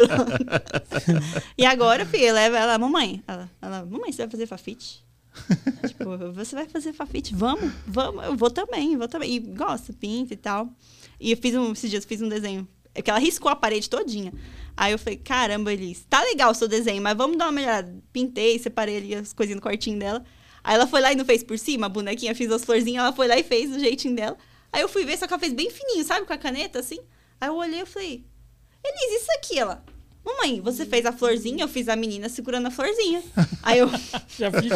E agora, filha, eu levo ela, mamãe. Ela, mamãe, você vai fazer fafite? Tipo, você vai fazer fafite? Vamos. Eu vou também. E gosta, pinta e tal. E eu esses dias fiz um desenho. É que ela riscou a parede todinha. Aí eu falei, caramba, Elis, tá legal o seu desenho, mas vamos dar uma melhorada. Pintei, separei ali as coisinhas no quartinho dela. Aí ela foi lá e não fez por cima, a bonequinha, fiz as florzinhas, ela foi lá e fez do jeitinho dela. Aí eu fui ver, só que ela fez bem fininho, sabe? Com a caneta, assim. Aí eu olhei e falei, Elise, isso aqui, ela... Mamãe, você fez a florzinha, eu fiz a menina segurando a florzinha. Aí eu... Já fiz.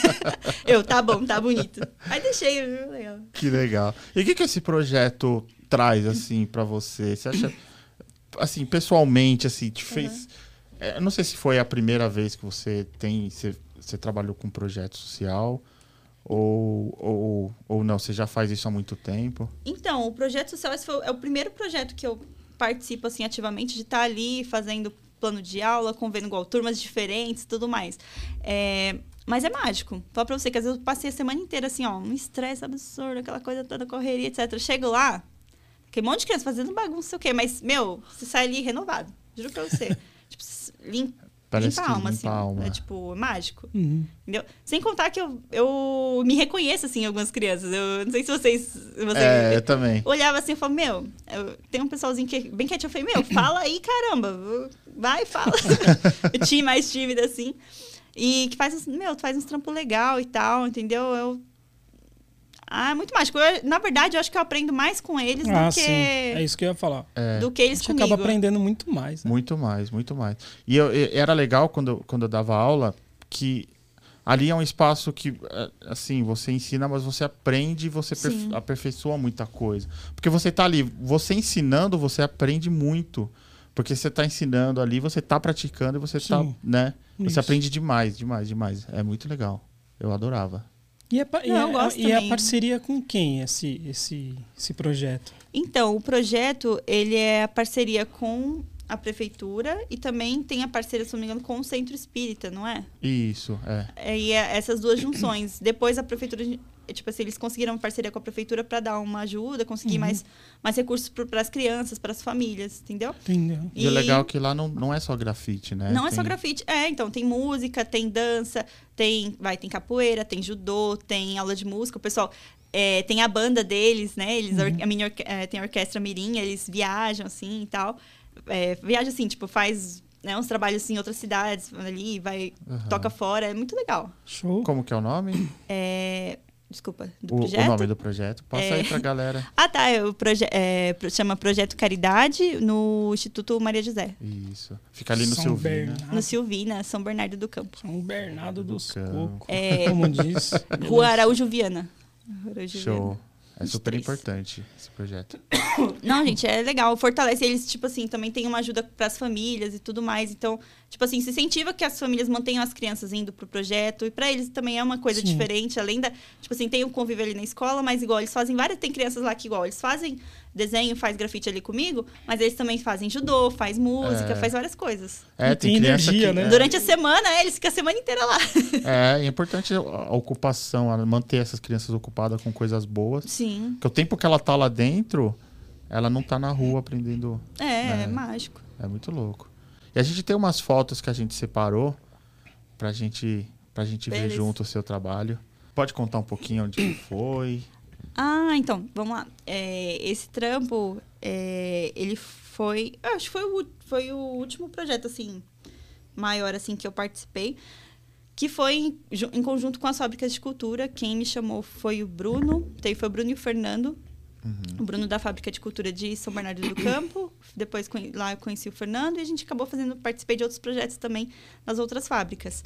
tá bom, tá bonito. Aí deixei, legal. Que legal. E o que esse projeto traz, assim, pra você? Você acha, assim, pessoalmente, assim, te fez... Eu não sei se foi a primeira vez que você trabalhou com projeto social ou não, você já faz isso há muito tempo? Então, o projeto social é o primeiro projeto que eu participo assim ativamente, de estar ali fazendo plano de aula, convendo igual turmas diferentes, tudo mais. Mas é mágico. Falo pra você que às vezes eu passei a semana inteira assim, ó, um estresse absurdo, aquela coisa toda, correria, etc. Chego lá, tem um monte de criança fazendo bagunça, sei o quê, mas, você sai ali renovado. Juro pra você. Tipo, limpa a alma, assim. É tipo, mágico. Entendeu? Sem contar que eu me reconheço, assim, em algumas crianças. Eu não sei se vocês eu também. Olhava assim e falava, tem um pessoalzinho que é bem quietinho. Eu falei, fala aí, caramba. Vai, fala. Eu tinha mais tímida, assim. E que faz uns trampos legal e tal, entendeu? É muito mágico. Na verdade, eu acho que eu aprendo mais com eles do que... Sim. É isso que eu ia falar. Do que eles comigo. A gente acaba aprendendo muito mais. Né? Muito mais, muito mais. E era legal quando eu dava aula, que ali é um espaço que, assim, você ensina, mas você aprende e você aperfeiçoa muita coisa. Porque você tá ali, você ensinando, você aprende muito. Porque você tá ensinando ali, você tá praticando e você tá, né? Você aprende demais, demais, demais. É muito legal. Eu adorava. E a parceria com quem, esse projeto? Então, o projeto, ele é a parceria com a prefeitura e também tem a parceria, se não me engano, com o Centro Espírita, não é? Isso, E essas duas junções. Depois a prefeitura, tipo assim, eles conseguiram uma parceria com a prefeitura para dar uma ajuda, conseguir mais recursos para as crianças, para as famílias, entendeu? Entendeu. E o legal é que lá não é só grafite, né? Não é só grafite. Então, tem música, tem dança, tem capoeira, tem judô, tem aula de música. O pessoal... tem a banda deles, né? Eles, tem a orquestra mirim, eles viajam, assim, e tal. Viaja, assim, tipo, faz... uns trabalhos assim, em outras cidades, ali, toca fora, é muito legal. Show. Como que é o nome? Desculpa, do projeto? O nome do projeto. Passa aí pra galera. Chama Projeto Caridade, no Instituto Maria José. Isso. Fica ali no Silvina. No Silvina, São Bernardo do Campo. São Bernardo dos Cocos. Como diz. Rua Araújo Viana. Show. É super importante esse projeto. Não, gente, é legal. Fortalece eles, tipo assim, também tem uma ajuda para as famílias e tudo mais. Então, tipo assim, se incentiva que as famílias mantenham as crianças indo pro projeto. E para eles também é uma coisa diferente, além da... Tipo assim, tem o convívio ali na escola, mas igual, eles fazem várias... Tem crianças lá que igual, eles fazem desenho, faz grafite ali comigo, mas eles também fazem judô, faz música, faz várias coisas. Tem energia, né? Durante a semana, eles ficam a semana inteira lá. É importante a ocupação, manter essas crianças ocupadas com coisas boas. Sim. Porque o tempo que ela tá lá dentro, ela não tá na rua aprendendo. É mágico. É muito louco. E a gente tem umas fotos que a gente separou pra gente ver junto o seu trabalho. Pode contar um pouquinho onde foi? Então, vamos lá. Esse trampo, ele foi... Acho que foi o último projeto, assim, maior, assim, que eu participei. Que foi em conjunto com as fábricas de cultura. Quem me chamou foi o Bruno. Foi o Bruno e o Fernando. O Bruno da Fábrica de Cultura de São Bernardo do Campo. Depois lá eu conheci o Fernando e a gente acabou participei de outros projetos também nas outras fábricas.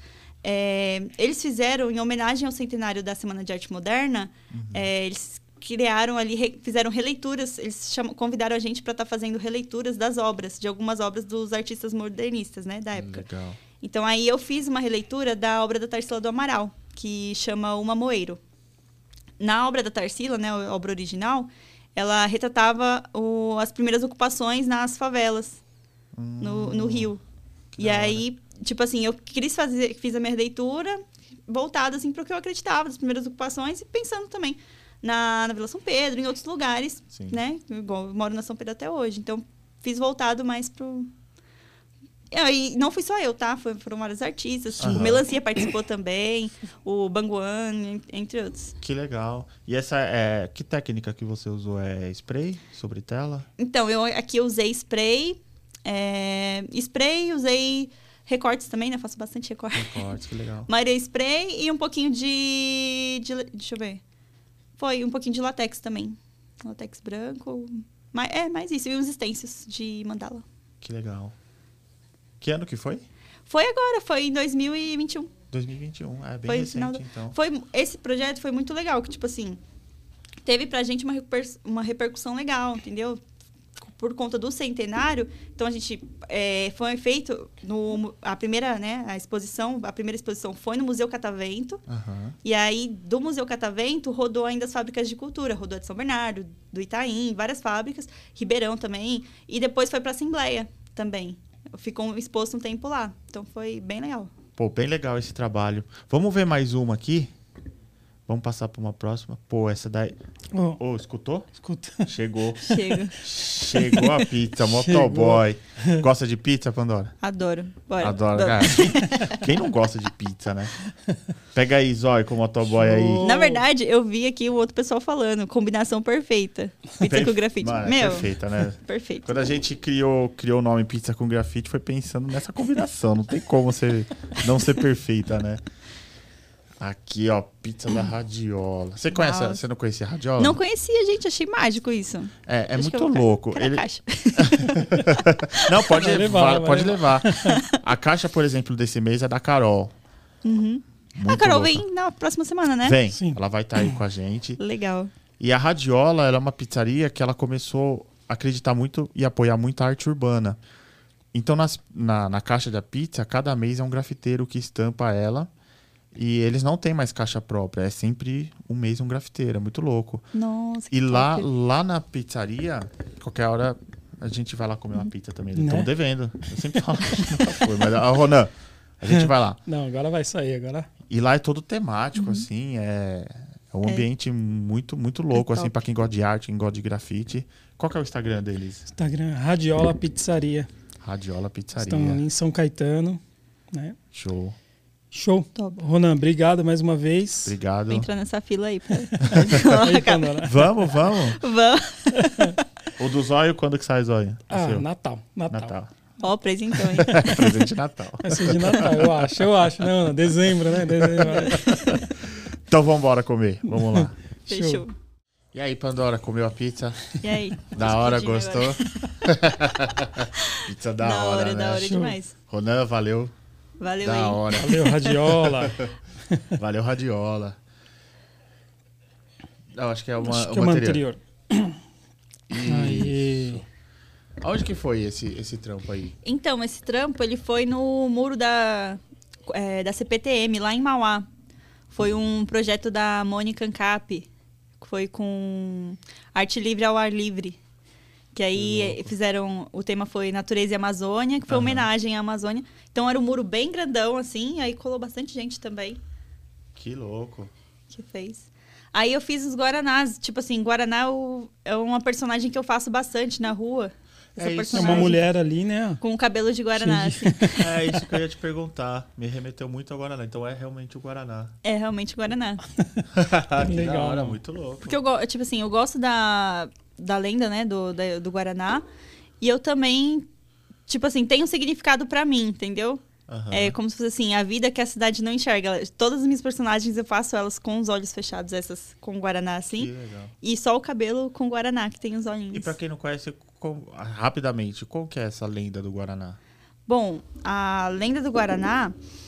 Eles fizeram, em homenagem ao centenário da Semana de Arte Moderna, eles criaram ali, fizeram releituras, eles convidaram a gente para estar fazendo releituras das obras, de algumas obras dos artistas modernistas, né, da época. Legal. Então, aí eu fiz uma releitura da obra da Tarsila do Amaral, que chama O Mamoeiro. Na obra da Tarsila, né, a obra original, ela retratava as primeiras ocupações nas favelas, no Rio. E aí, tipo assim, eu fiz a minha releitura voltada assim, para o que eu acreditava, das primeiras ocupações, e pensando também na Vila São Pedro, em outros lugares, né? Igual eu moro na São Pedro até hoje. Então, fiz voltado mais pro... E não fui só eu, tá? Foram vários artistas. Tipo, o Melancia participou também, o Banguan, entre outros. Que legal. E que técnica que você usou? É spray sobre tela? Então, aqui eu usei spray. Usei Recortes também, né? Eu faço bastante recorte. Recortes, que legal. Maria spray e um pouquinho de... Deixa eu ver. Foi um pouquinho de latex também. Latex branco. Mais isso. E uns stencils de mandala. Que legal. Que ano que foi? Foi agora, foi em 2021. 2021, é bem Foi recente, então. Esse projeto foi muito legal, que tipo assim, teve pra gente uma repercussão legal, entendeu? Por conta do centenário, então a gente foi feito a primeira exposição foi no Museu Catavento. Uhum. E aí do Museu Catavento rodou ainda as fábricas de cultura, rodou a de São Bernardo, do Itaim, várias fábricas, Ribeirão também, e depois foi pra Assembleia também. Ficou exposto um tempo lá, então foi bem legal. Pô, bem legal esse trabalho. Vamos ver mais uma aqui? Vamos passar para uma próxima? Pô, essa daí... Escutou? Escuta. Chegou. Chegou a pizza, motoboy. Gosta de pizza, Pandora? Adoro. Bora. Adoro. Quem não gosta de pizza, né? Pega aí, Zóio, com o motoboy aí. Na verdade, eu vi aqui o outro pessoal falando, combinação perfeita. Pizza com grafite. Mano, perfeita, né? Perfeito. Quando a gente criou o nome pizza com grafite, foi pensando nessa combinação. Não tem como não ser perfeita, né? Aqui, ó, pizza da Radiola. Você conhece? Você não conhecia a Radiola? Não conhecia, gente. Achei mágico isso. É muito louco. Ele... caixa. Não, pode levar. A caixa, por exemplo, desse mês é da Carol. Uhum. A Carol vem na próxima semana, né? Vem. Sim. Ela vai estar aí com a gente. Legal. E a Radiola, ela é uma pizzaria que ela começou a acreditar muito e apoiar muito a arte urbana. Então, na caixa da pizza, cada mês é um grafiteiro que estampa ela. E eles não têm mais caixa própria. É sempre um mês um grafiteiro. É muito louco. Nossa, que E lá na pizzaria, qualquer hora a gente vai lá comer uma pizza também. Eles estão devendo. Eu sempre falo que a gente nunca foi. Mas, Ronan, a gente vai lá. Não, agora vai sair, agora. E lá é todo temático, assim. É um ambiente muito, muito louco, assim, pra quem gosta de arte, quem gosta de grafite. Qual que é o Instagram deles? Instagram, Radiola Pizzaria. Radiola Pizzaria. Estão ali em São Caetano, né? Show. Top. Ronan, obrigado mais uma vez. Obrigado. Vou entrar nessa fila aí. Vamos. Vamos. O do Zóio, quando que sai Zóio? Natal. Ó, presentão, hein? Presente de Natal. Vai ser de Natal, eu acho. Não, dezembro, né? Então vamos embora comer. Vamos lá. Fechou. E aí, Pandora, comeu a pizza? E aí? Da hora, gostou? Pizza da hora, né? Da hora demais. Ronan, valeu. Valeu da aí. hora. Valeu, Radiola. Valeu, Radiola. Não, acho que é uma anterior. Aí. Aonde que foi esse trampo aí? Então, esse trampo, ele foi no muro da CPTM, lá em Mauá. Foi um projeto da Mônica Ancap. Foi com arte livre ao ar livre. Que aí fizeram... O tema foi Natureza e Amazônia, que foi homenagem à Amazônia. Então era um muro bem grandão, assim. Aí colou bastante gente também. Que louco. Que fez. Aí eu fiz os Guaranás. Tipo assim, Guaraná é uma personagem que eu faço bastante na rua. É uma mulher ali, né? Com cabelo de Guaraná, assim. É isso que eu ia te perguntar. Me remeteu muito ao Guaraná. Então é realmente o Guaraná. É realmente o Guaraná. Que legal, da hora, muito louco. Porque eu gosto da lenda, né, do Guaraná. E eu também, tipo assim, tem um significado pra mim, entendeu? É como se fosse assim, a vida que a cidade não enxerga. Todas as minhas personagens eu faço elas com os olhos fechados, essas com Guaraná, assim. Que legal. E só o cabelo com Guaraná, que tem os olhinhos. E pra quem não conhece, rapidamente, qual que é essa lenda do Guaraná? Bom, a lenda do Guaraná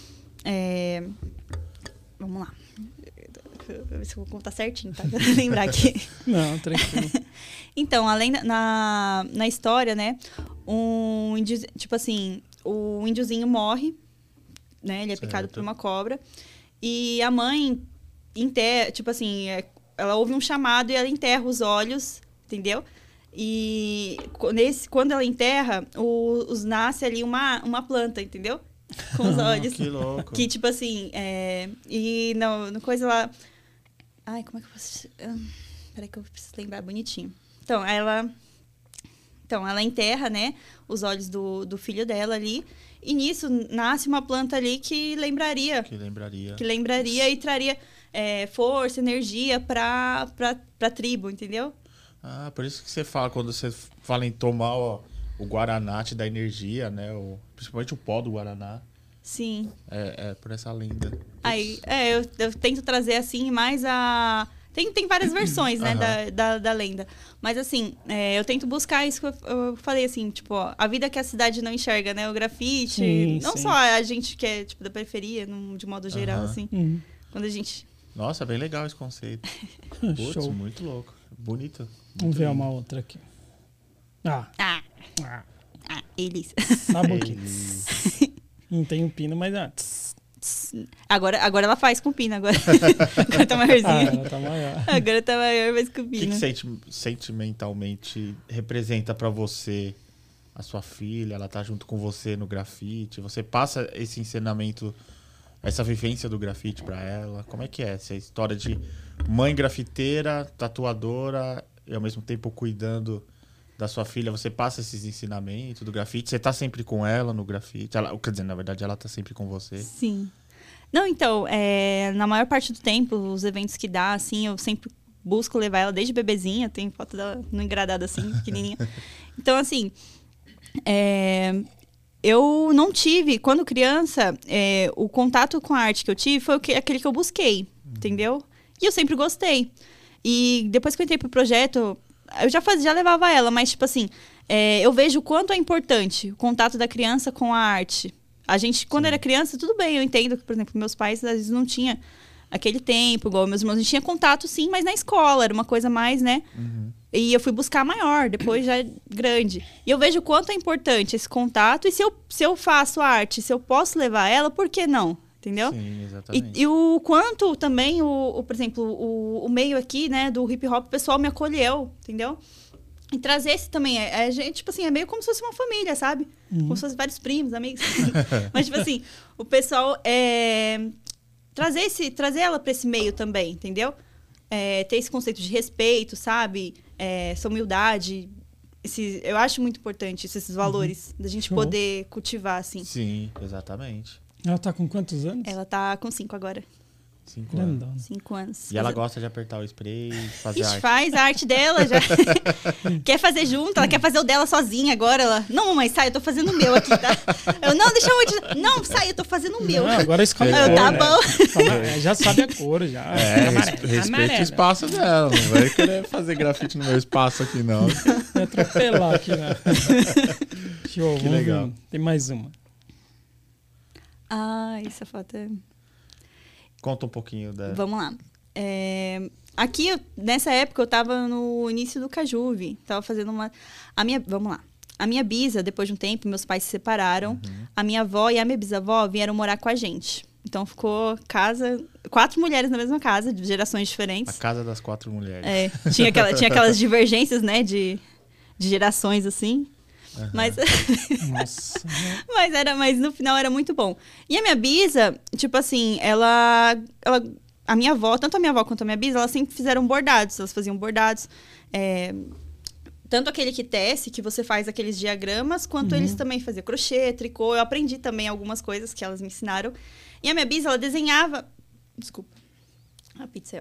Vamos lá. Vou ver se eu vou contar certinho, tá? Pra lembrar aqui. Não, tranquilo. Então, além na história, né? Um índio, tipo assim, o índiozinho morre, né? Ele é picado por uma cobra. E a mãe enterra, tipo assim, ela ouve um chamado e ela enterra os olhos, entendeu? E quando ela enterra, nasce ali uma planta, entendeu? Com os olhos. Que louco. Que, tipo assim, e no coisa lá... Ai, como é que eu posso... Peraí que eu preciso lembrar bonitinho. Então, ela enterra, né, os olhos do filho dela ali. E nisso nasce uma planta ali que lembraria e traria força, energia pra tribo, entendeu? Ah, por isso que você fala, quando você fala em tomar, ó, o Guaraná te dá energia, né? Principalmente o pó do Guaraná. Sim. É por essa lenda. Aí, eu tento trazer, assim, mais a... Tem várias versões, né, da lenda. Mas, assim, eu tento buscar isso que eu falei, assim, tipo, ó, a vida que a cidade não enxerga, né? O grafite, Sim, não sim. só a gente que é, tipo, da periferia, de modo geral, assim. Quando a gente... Nossa, bem legal esse conceito. Putz, Show. muito louco. Bonito. Vamos ver uma outra aqui. Eles. Sabe o quê? Não tem um pino, mas... Agora ela faz com pino, agora tá maiorzinha. Ela tá maior. Agora tá maior, mas com O pino. que sentimentalmente representa pra você a sua filha? Ela tá junto com você no grafite? Você passa esse ensinamento, essa vivência do grafite pra ela? Como é que é essa história de mãe grafiteira, tatuadora e ao mesmo tempo cuidando da sua filha? Você passa esses ensinamentos do grafite? Você tá sempre com ela no grafite? Quer dizer, na verdade, ela tá sempre com você? Sim. Não, então, na maior parte do tempo, os eventos que dá, assim, eu sempre busco levar ela desde bebezinha. Tem foto dela no engradado, assim, pequenininha. Então, assim, eu não tive, quando criança, o contato com a arte que eu tive foi aquele que eu busquei, entendeu? E eu sempre gostei. E depois que eu entrei pro projeto, eu já levava ela, mas, tipo assim, eu vejo o quanto é importante o contato da criança com a arte. A gente, quando era criança, tudo bem, eu entendo que, por exemplo, meus pais, às vezes, não tinha aquele tempo, igual meus irmãos. A gente tinha contato, sim, mas na escola, era uma coisa mais, né? E eu fui buscar maior, depois já grande. E eu vejo o quanto é importante esse contato. E se eu faço arte, se eu posso levar ela, por que não? Entendeu? Sim, exatamente. E o quanto também, por exemplo, o meio aqui, né, do hip hop, o pessoal me acolheu, entendeu? E trazer esse também, tipo assim, é meio como se fosse uma família, sabe? Como se fossem vários primos, amigos. Mas, tipo assim, o pessoal trazer ela pra esse meio também, entendeu? Ter esse conceito de respeito, sabe? Essa humildade. Eu acho muito importante esses valores da gente poder cultivar, assim. Sim, exatamente. Ela tá com quantos anos? Ela tá com 5 agora. 5 anos. Grandona. 5 anos. E ela gosta de apertar o spray, fazer Ixi, arte. faz a arte dela já. Quer fazer junto, ela quer fazer o dela sozinha agora. Ela, não, mamãe, sai, eu tô fazendo o meu aqui, tá? Eu, não, deixa eu... Não, sai, eu tô fazendo o meu. Não, agora escolhe a Eu, cor, tá né? bom. Já sabe a cor, já. Respeita Amarela. o espaço dela. Não vai querer fazer grafite no meu espaço aqui, não. Vai atropelar aqui, né? Show, Que legal. Tem mais uma. Essa foto é... Conta um pouquinho da... Vamos lá. Aqui, nessa época, eu tava no início do Cajuve. Tava fazendo uma... Vamos lá. A minha bisa, depois de um tempo, meus pais se separaram. A minha avó e a minha bisavó vieram morar com a gente. Então, ficou 4 mulheres na mesma casa, de gerações diferentes. A casa das 4 mulheres. Tinha aquelas divergências, né, de gerações, assim. Mas... Nossa. mas no final era muito bom. E a minha bisa, tipo assim, a minha avó, tanto a minha avó quanto a minha bisa, elas sempre fizeram bordados. Elas faziam bordados. Tanto aquele que tece, que você faz aqueles diagramas, quanto eles também faziam crochê, tricô. Eu aprendi também algumas coisas que elas me ensinaram. E a minha bisa, ela desenhava... Desculpa. A pizza é...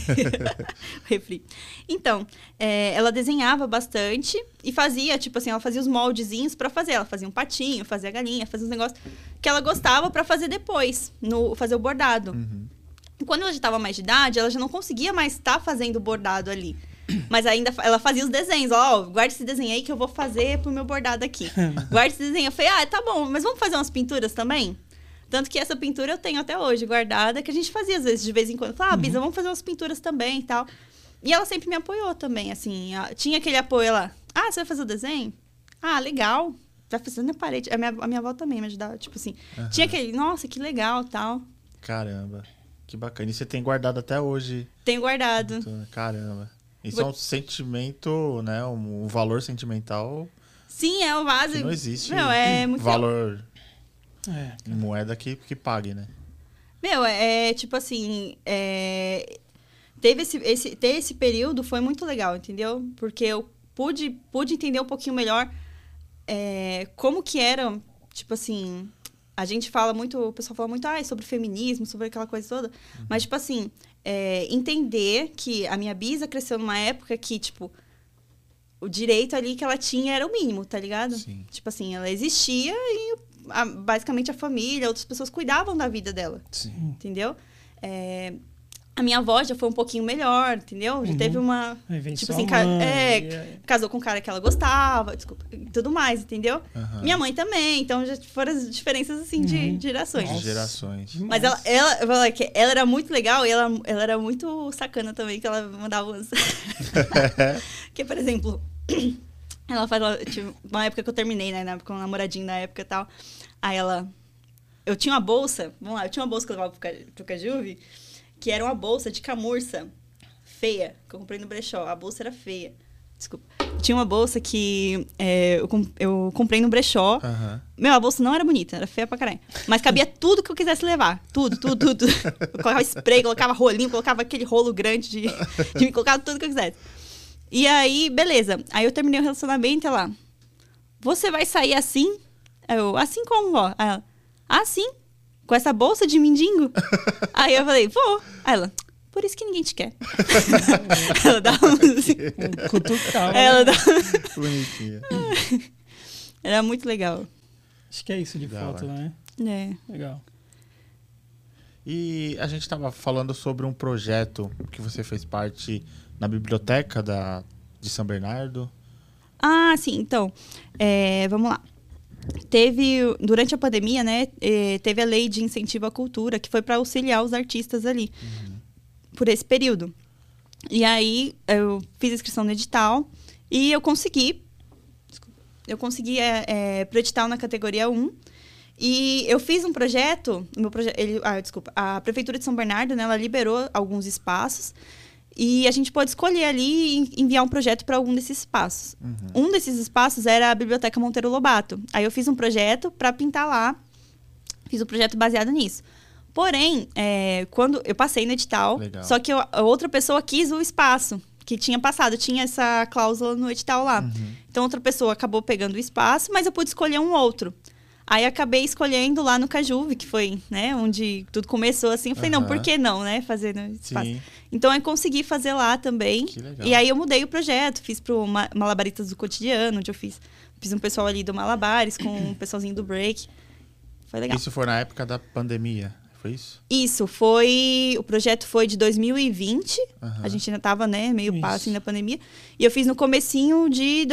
refri. Então, ela desenhava bastante e fazia, tipo assim, ela fazia os moldezinhos pra fazer. Ela fazia um patinho, fazia a galinha, fazia uns negócios que ela gostava pra fazer depois, fazer o bordado. E quando ela já estava mais de idade, ela já não conseguia mais estar fazendo o bordado ali. Mas ainda ela fazia os desenhos. Ó, guarda esse desenho aí que eu vou fazer pro meu bordado aqui. Guarda esse desenho. Eu falei, tá bom, mas vamos fazer umas pinturas também? Tanto que essa pintura eu tenho até hoje guardada, que a gente fazia às vezes, de vez em quando. Falava, Bisa, vamos fazer umas pinturas também e tal. E ela sempre me apoiou também, assim. Tinha aquele apoio lá. Você vai fazer o desenho? Legal. Vai fazendo na parede. A minha avó também me ajudava, tipo assim. Tinha aquele, nossa, que legal, tal. Caramba, que bacana. E você tem guardado até hoje? Tenho guardado. Caramba. Isso é um sentimento, né? Um valor sentimental. Sim, é o vaso. Não existe muito valor... em moeda que pague, né? Tipo assim, ter esse período foi muito legal, entendeu? Porque eu pude entender um pouquinho melhor como que era, tipo assim, a gente fala muito, o pessoal fala muito sobre feminismo, sobre aquela coisa toda, mas tipo assim, entender que a minha bisa cresceu numa época que, tipo, o direito ali que ela tinha era o mínimo, tá ligado? Sim. Tipo assim, ela existia e basicamente a família, outras pessoas cuidavam da vida dela. Sim. Entendeu? A minha avó já foi um pouquinho melhor, entendeu? Já teve uma... Tipo assim, casou com um cara que ela gostava, desculpa, e tudo mais, entendeu? Minha mãe também, então já foram as diferenças, assim, de gerações. De gerações. Mas ela era muito legal e ela era muito sacana também, que ela mandava umas... que, por exemplo, uma época que eu terminei, né, com um namoradinho na época e tal, aí eu tinha uma bolsa, que eu levava pro Cajuve, que era uma bolsa de camurça feia, que eu comprei no brechó. A bolsa era feia. Desculpa. Tinha uma bolsa que eu comprei no brechó. Meu, a bolsa não era bonita, era feia pra caralho. Mas cabia tudo que eu quisesse levar. Tudo. Eu colocava spray, colocava rolinho, colocava aquele rolo grande de me colocar tudo que eu quisesse. E aí, beleza. Aí eu terminei o relacionamento e ela... Você vai sair assim? Eu, assim como, vó? Aí ela... Assim? Com essa bolsa de mendigo? Aí eu falei, vou. Aí ela, por isso que ninguém te quer. Ela dá um cutucal. Ela dá... Bonitinha. Era muito legal. Acho que é isso de foto, né? Legal. E a gente estava falando sobre um projeto que você fez parte na biblioteca de São Bernardo. Ah, sim. Então, vamos lá. Durante a pandemia, né, teve a lei de incentivo à cultura, que foi para auxiliar os artistas ali, por esse período. E aí, eu fiz a inscrição no edital e eu consegui pro edital na categoria 1. E eu fiz um projeto, a Prefeitura de São Bernardo, né, ela liberou alguns espaços. E a gente pode escolher ali e enviar um projeto para algum desses espaços. Um desses espaços era a Biblioteca Monteiro Lobato. Aí eu fiz um projeto para pintar lá. Fiz um projeto baseado nisso. Porém, quando eu passei no edital, Legal. Só que a outra pessoa quis o espaço que tinha passado. Tinha essa cláusula no edital lá. Então, outra pessoa acabou pegando o espaço, mas eu pude escolher um outro. Aí acabei escolhendo lá no Cajuve, que foi, né, onde tudo começou assim. Eu falei, não, por que não, né, fazer no espaço? Sim. Então eu consegui fazer lá também. Que legal. E aí eu mudei o projeto, fiz pro Malabaristas do Cotidiano, onde eu fiz um pessoal ali do Malabares com um pessoalzinho do Break. Foi legal. Isso foi na época da pandemia, foi isso? Isso, o projeto foi de 2020. A gente ainda tava, né, meio passo na pandemia. E eu fiz no comecinho de...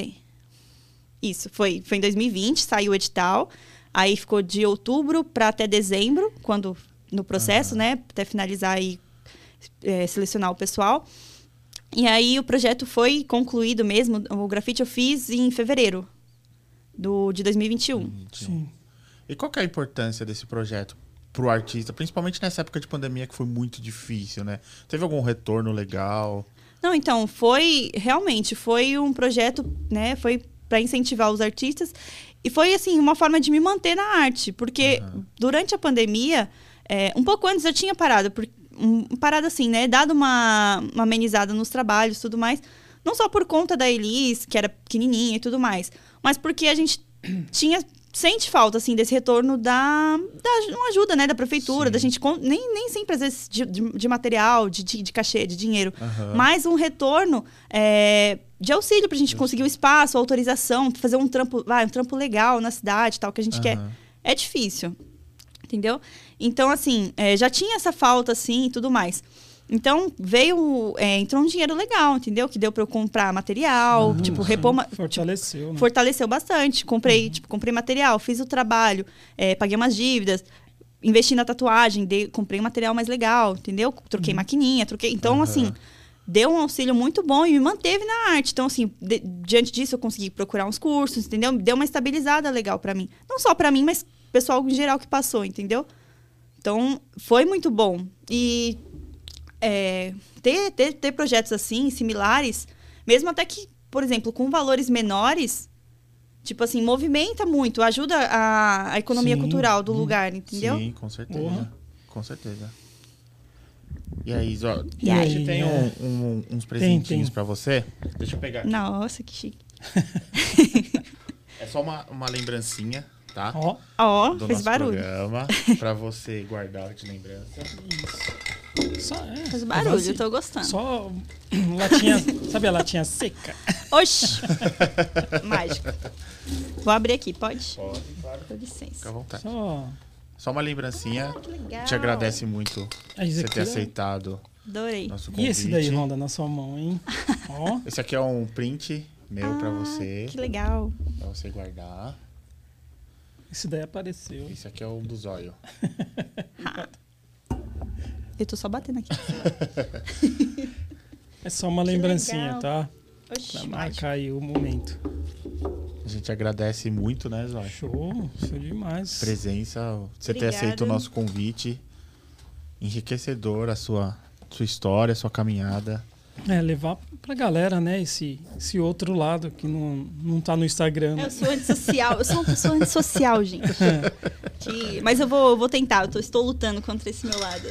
Isso, foi em 2020, saiu o edital. Aí ficou de outubro para até dezembro, quando no processo, né? Até finalizar e selecionar o pessoal. E aí o projeto foi concluído mesmo. O grafite eu fiz em fevereiro de 2021. Sim. E qual que é a importância desse projeto pro artista? Principalmente nessa época de pandemia que foi muito difícil, né? Teve algum retorno legal? Não, então, realmente foi um projeto, né? Foi para incentivar os artistas. E foi, assim, uma forma de me manter na arte. Porque durante a pandemia, um pouco antes eu tinha parado. Parado assim, né? Dado uma amenizada nos trabalhos e tudo mais. Não só por conta da Elis, que era pequenininha e tudo mais. Mas porque a gente sente falta, assim, desse retorno da uma ajuda, né? Da prefeitura. Sim. Da gente... Nem sempre, às vezes, de material, de cachê, de dinheiro. Mas um retorno... de auxílio pra gente conseguir um espaço, autorização, fazer um trampo legal na cidade, tal, que a gente quer. É difícil, entendeu? Então, assim, já tinha essa falta, assim, e tudo mais. Então, entrou um dinheiro legal, entendeu? Que deu pra eu comprar material, Fortaleceu, né? Fortaleceu bastante. Comprei material, fiz o trabalho, paguei umas dívidas, investi na tatuagem, comprei um material mais legal, entendeu? Troquei maquininha, Então, assim... Deu um auxílio muito bom e me manteve na arte. Então, assim, diante disso, eu consegui procurar uns cursos, entendeu? Deu uma estabilizada legal pra mim. Não só pra mim, mas pessoal em geral que passou, entendeu? Então, foi muito bom. E ter projetos assim, similares, mesmo até que, por exemplo, com valores menores, tipo assim, movimenta muito, ajuda a economia cultural do lugar, entendeu? Sim, com certeza. Com certeza. E aí, Zó, E a aí? gente tem uns presentinhos pra você. Deixa eu pegar aqui. Nossa, que chique. É só uma lembrancinha, tá? Ó. Ó, do fez nosso barulho. programa, pra você guardar de lembrança. Isso. Faz barulho, eu tô gostando. Só latinha, sabe a latinha seca? Oxi! Mágico. Vou abrir aqui, pode? Pode, claro. Com licença. Fica à vontade. Só Só uma lembrancinha. Que legal. Te agradece muito esse você aqui, ter ó. aceitado Adorei. nosso E convite. esse daí, Ronda, na sua mão, hein? Ó. Esse aqui é um print meu pra você. Que legal. Pra você guardar. Esse daí apareceu. Esse aqui é o do zóio. Eu tô só batendo aqui. É só uma Que lembrancinha, legal. tá? Oxi, Pra mágico. marcar aí o momento. A gente agradece muito, né, Zóio? Show demais. Presença, você ter Obrigada. aceito o nosso convite. Enriquecedor a sua história, a sua caminhada. Levar pra galera, né, esse outro lado que não tá no Instagram. Né? Eu sou antissocial. Eu sou uma pessoa antissocial, gente. Mas eu vou tentar. Estou lutando contra esse meu lado.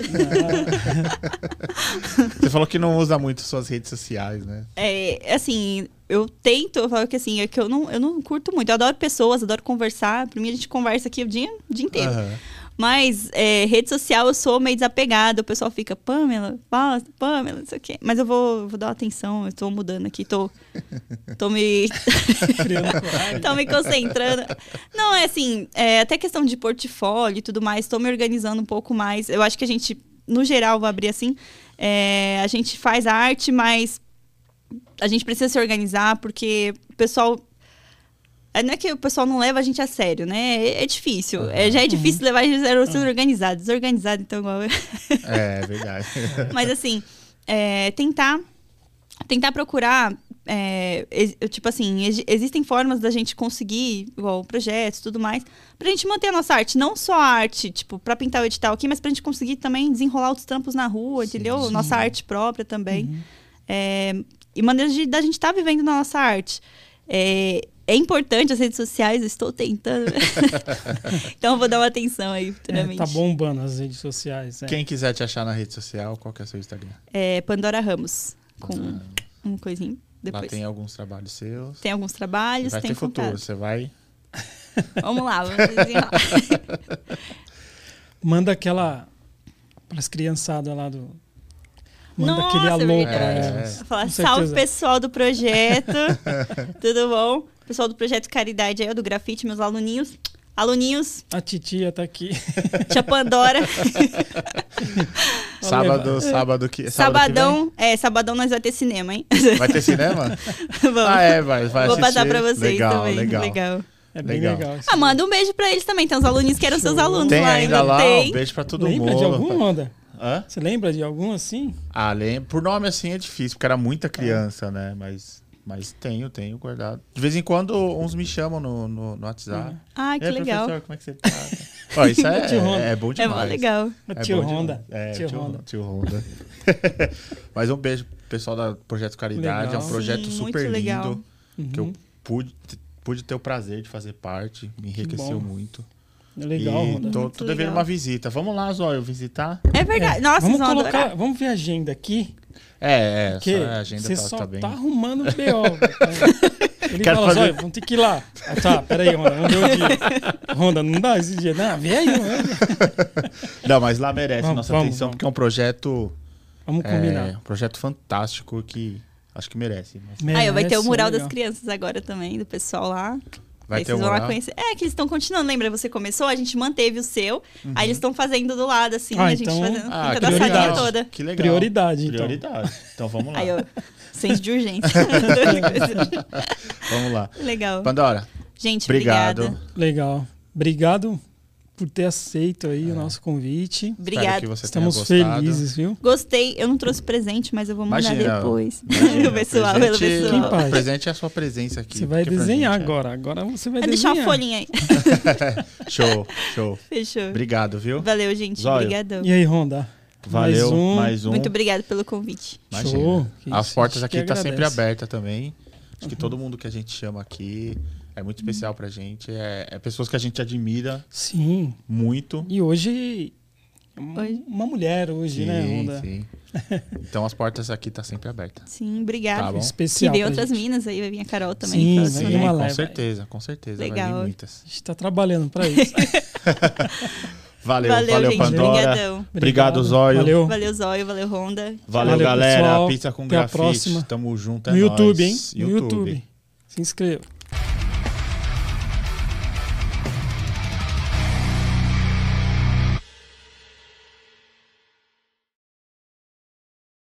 Você falou que não usa muito suas redes sociais, né? Assim, eu falo que assim, é que eu não curto muito. Eu adoro pessoas, adoro conversar. Pra mim, a gente conversa aqui o dia inteiro. Aham. Mas rede social eu sou meio desapegada. O pessoal fica, Pamela, posta, Pamela, não sei o quê. Mas eu vou dar uma atenção, eu tô mudando aqui, tô me. Criando coragem. Tô me concentrando. Não, é assim, até questão de portfólio e tudo mais, tô me organizando um pouco mais. Eu acho que a gente, no geral, vou abrir assim, a gente faz a arte, mas a gente precisa se organizar, porque o pessoal. Não é que o pessoal não leva a gente a sério, né? É difícil. Já é difícil levar a gente a sério sendo organizado. Desorganizado, então, igual eu. É verdade. Mas, assim, tentar procurar... tipo assim, existem formas da gente conseguir, igual projetos e tudo mais, pra gente manter a nossa arte. Não só a arte, tipo, pra pintar o edital aqui, mas pra gente conseguir também desenrolar outros trampos na rua, entendeu? sim. Nossa arte própria também. E maneiras da gente estar vivendo na nossa arte. É importante as redes sociais, eu estou tentando. Então eu vou dar uma atenção aí futuramente. Tá bombando as redes sociais. Quem quiser te achar na rede social, qual que é o seu Instagram? Pandora Ramos, com um coisinho depois. Lá tem alguns trabalhos seus. Tem alguns trabalhos, Vai tem ter futuro, contato. você vai... Vamos lá, vamos desenrolar. Manda aquela pras criançadas lá do... Manda Nossa, aquele alô verdade. pra elas. Falar, Com salve certeza. pessoal do projeto. Tudo bom? Pessoal do Projeto Caridade aí, do grafite, meus aluninhos. Aluninhos, A titia tá aqui. tia Pandora. Sábado que vem? Sabadão nós vai ter cinema, hein? Vai ter cinema? Vamos. Vai Vou assistir? passar pra vocês Legal, também. Legal. É bem Legal. legal. Manda um beijo pra eles também. Tem uns aluninhos que eram seus alunos Tem lá. ainda lá, Tem. um beijo pra todo Lembra mundo. de algum, Onda? Hã? Você lembra de algum assim? Lembro. Por nome assim é difícil, porque era muita criança, né? Mas tenho guardado. De vez em quando uns me chamam no WhatsApp. Ai, que E aí, legal. professor, como é que você tá? Ó, isso Tio Honda. é bom É demais. mó legal. Tio bom demais. Honda. Tio Honda. Mas um beijo pro pessoal da Projeto Caridade. Legal. É um projeto Sim, super muito legal. lindo. Que eu pude ter o prazer de fazer parte. Me enriqueceu bom. muito. Legal, e Honda. tô Muito devendo legal. uma visita. Vamos lá, Zóio, visitar? É verdade. Nossa, vamos vocês vão adorar. vamos ver a agenda aqui. Só Porque a agenda você tá, só tá bem. tá arrumando o BO. Ele Quero fala, fazer- Zóio, vamos ter que ir lá. Tá, peraí, Honda, vamos ver o dia. Honda, não dá esse dia. Não, vem aí, Não, mas lá merece Vamos, nossa vamos, atenção, vamos. porque é um projeto... Vamos combinar. um projeto fantástico que acho que merece. Aí, vai ter o Merece, mural legal. das crianças agora também, do pessoal lá. Vai Aí ter o vocês vão lá mural? conhecer. Que eles estão continuando. Lembra, você começou, a gente manteve o seu. Aí eles estão fazendo do lado, assim, a gente então- fazendo Ah, toda a salinha prioridade. toda. Que legal. Prioridade, então. Prioridade. Então vamos lá. Aí, ó, senso de urgência. Vamos lá. Legal. Pandora, Gente, obrigado. obrigada. Legal. Obrigado por ter aceito aí o nosso convite. Espero que Obrigada. você Estamos tenha gostado. felizes, viu? Gostei. Eu não trouxe presente, mas eu vou mandar Imagina, depois. imagina, o pessoal, presente- pelo pessoal. Que paz. O presente é a sua presença aqui. Você vai porque pra desenhar gente agora. Agora você vai Vai deixar desenhar. uma folhinha aí. Show. Fechou. Obrigado, viu? Valeu, gente. Zóio. Obrigadão. E aí, Honda? Valeu, mais um. Muito obrigada pelo convite. Imagina. Show. Que As isso, portas a aqui gente tá que sempre agradece. abertas também. Acho que todo mundo que a gente chama aqui é muito especial pra gente. É pessoas que a gente admira Sim. muito. E hoje... Hoje. Uma mulher hoje, né, Honda? Sim. Então as portas aqui tá sempre abertas. Sim, obrigada. Tá bom. Que Especial vem pra outras gente. minas aí, vai vir a Carol também. Sim, pra vai fazer. vir uma com leva. certeza, com certeza. Vai Legal. vir muitas. A gente tá trabalhando pra isso. Valeu, gente. Pandora. Obrigadão. Obrigado, Zóio. Valeu, Zóio. Valeu, Honda. Valeu, galera. pessoal. Pizza com Até a grafite. próxima. Tamo junto, é No nóis. YouTube, hein? No YouTube. Se inscreva.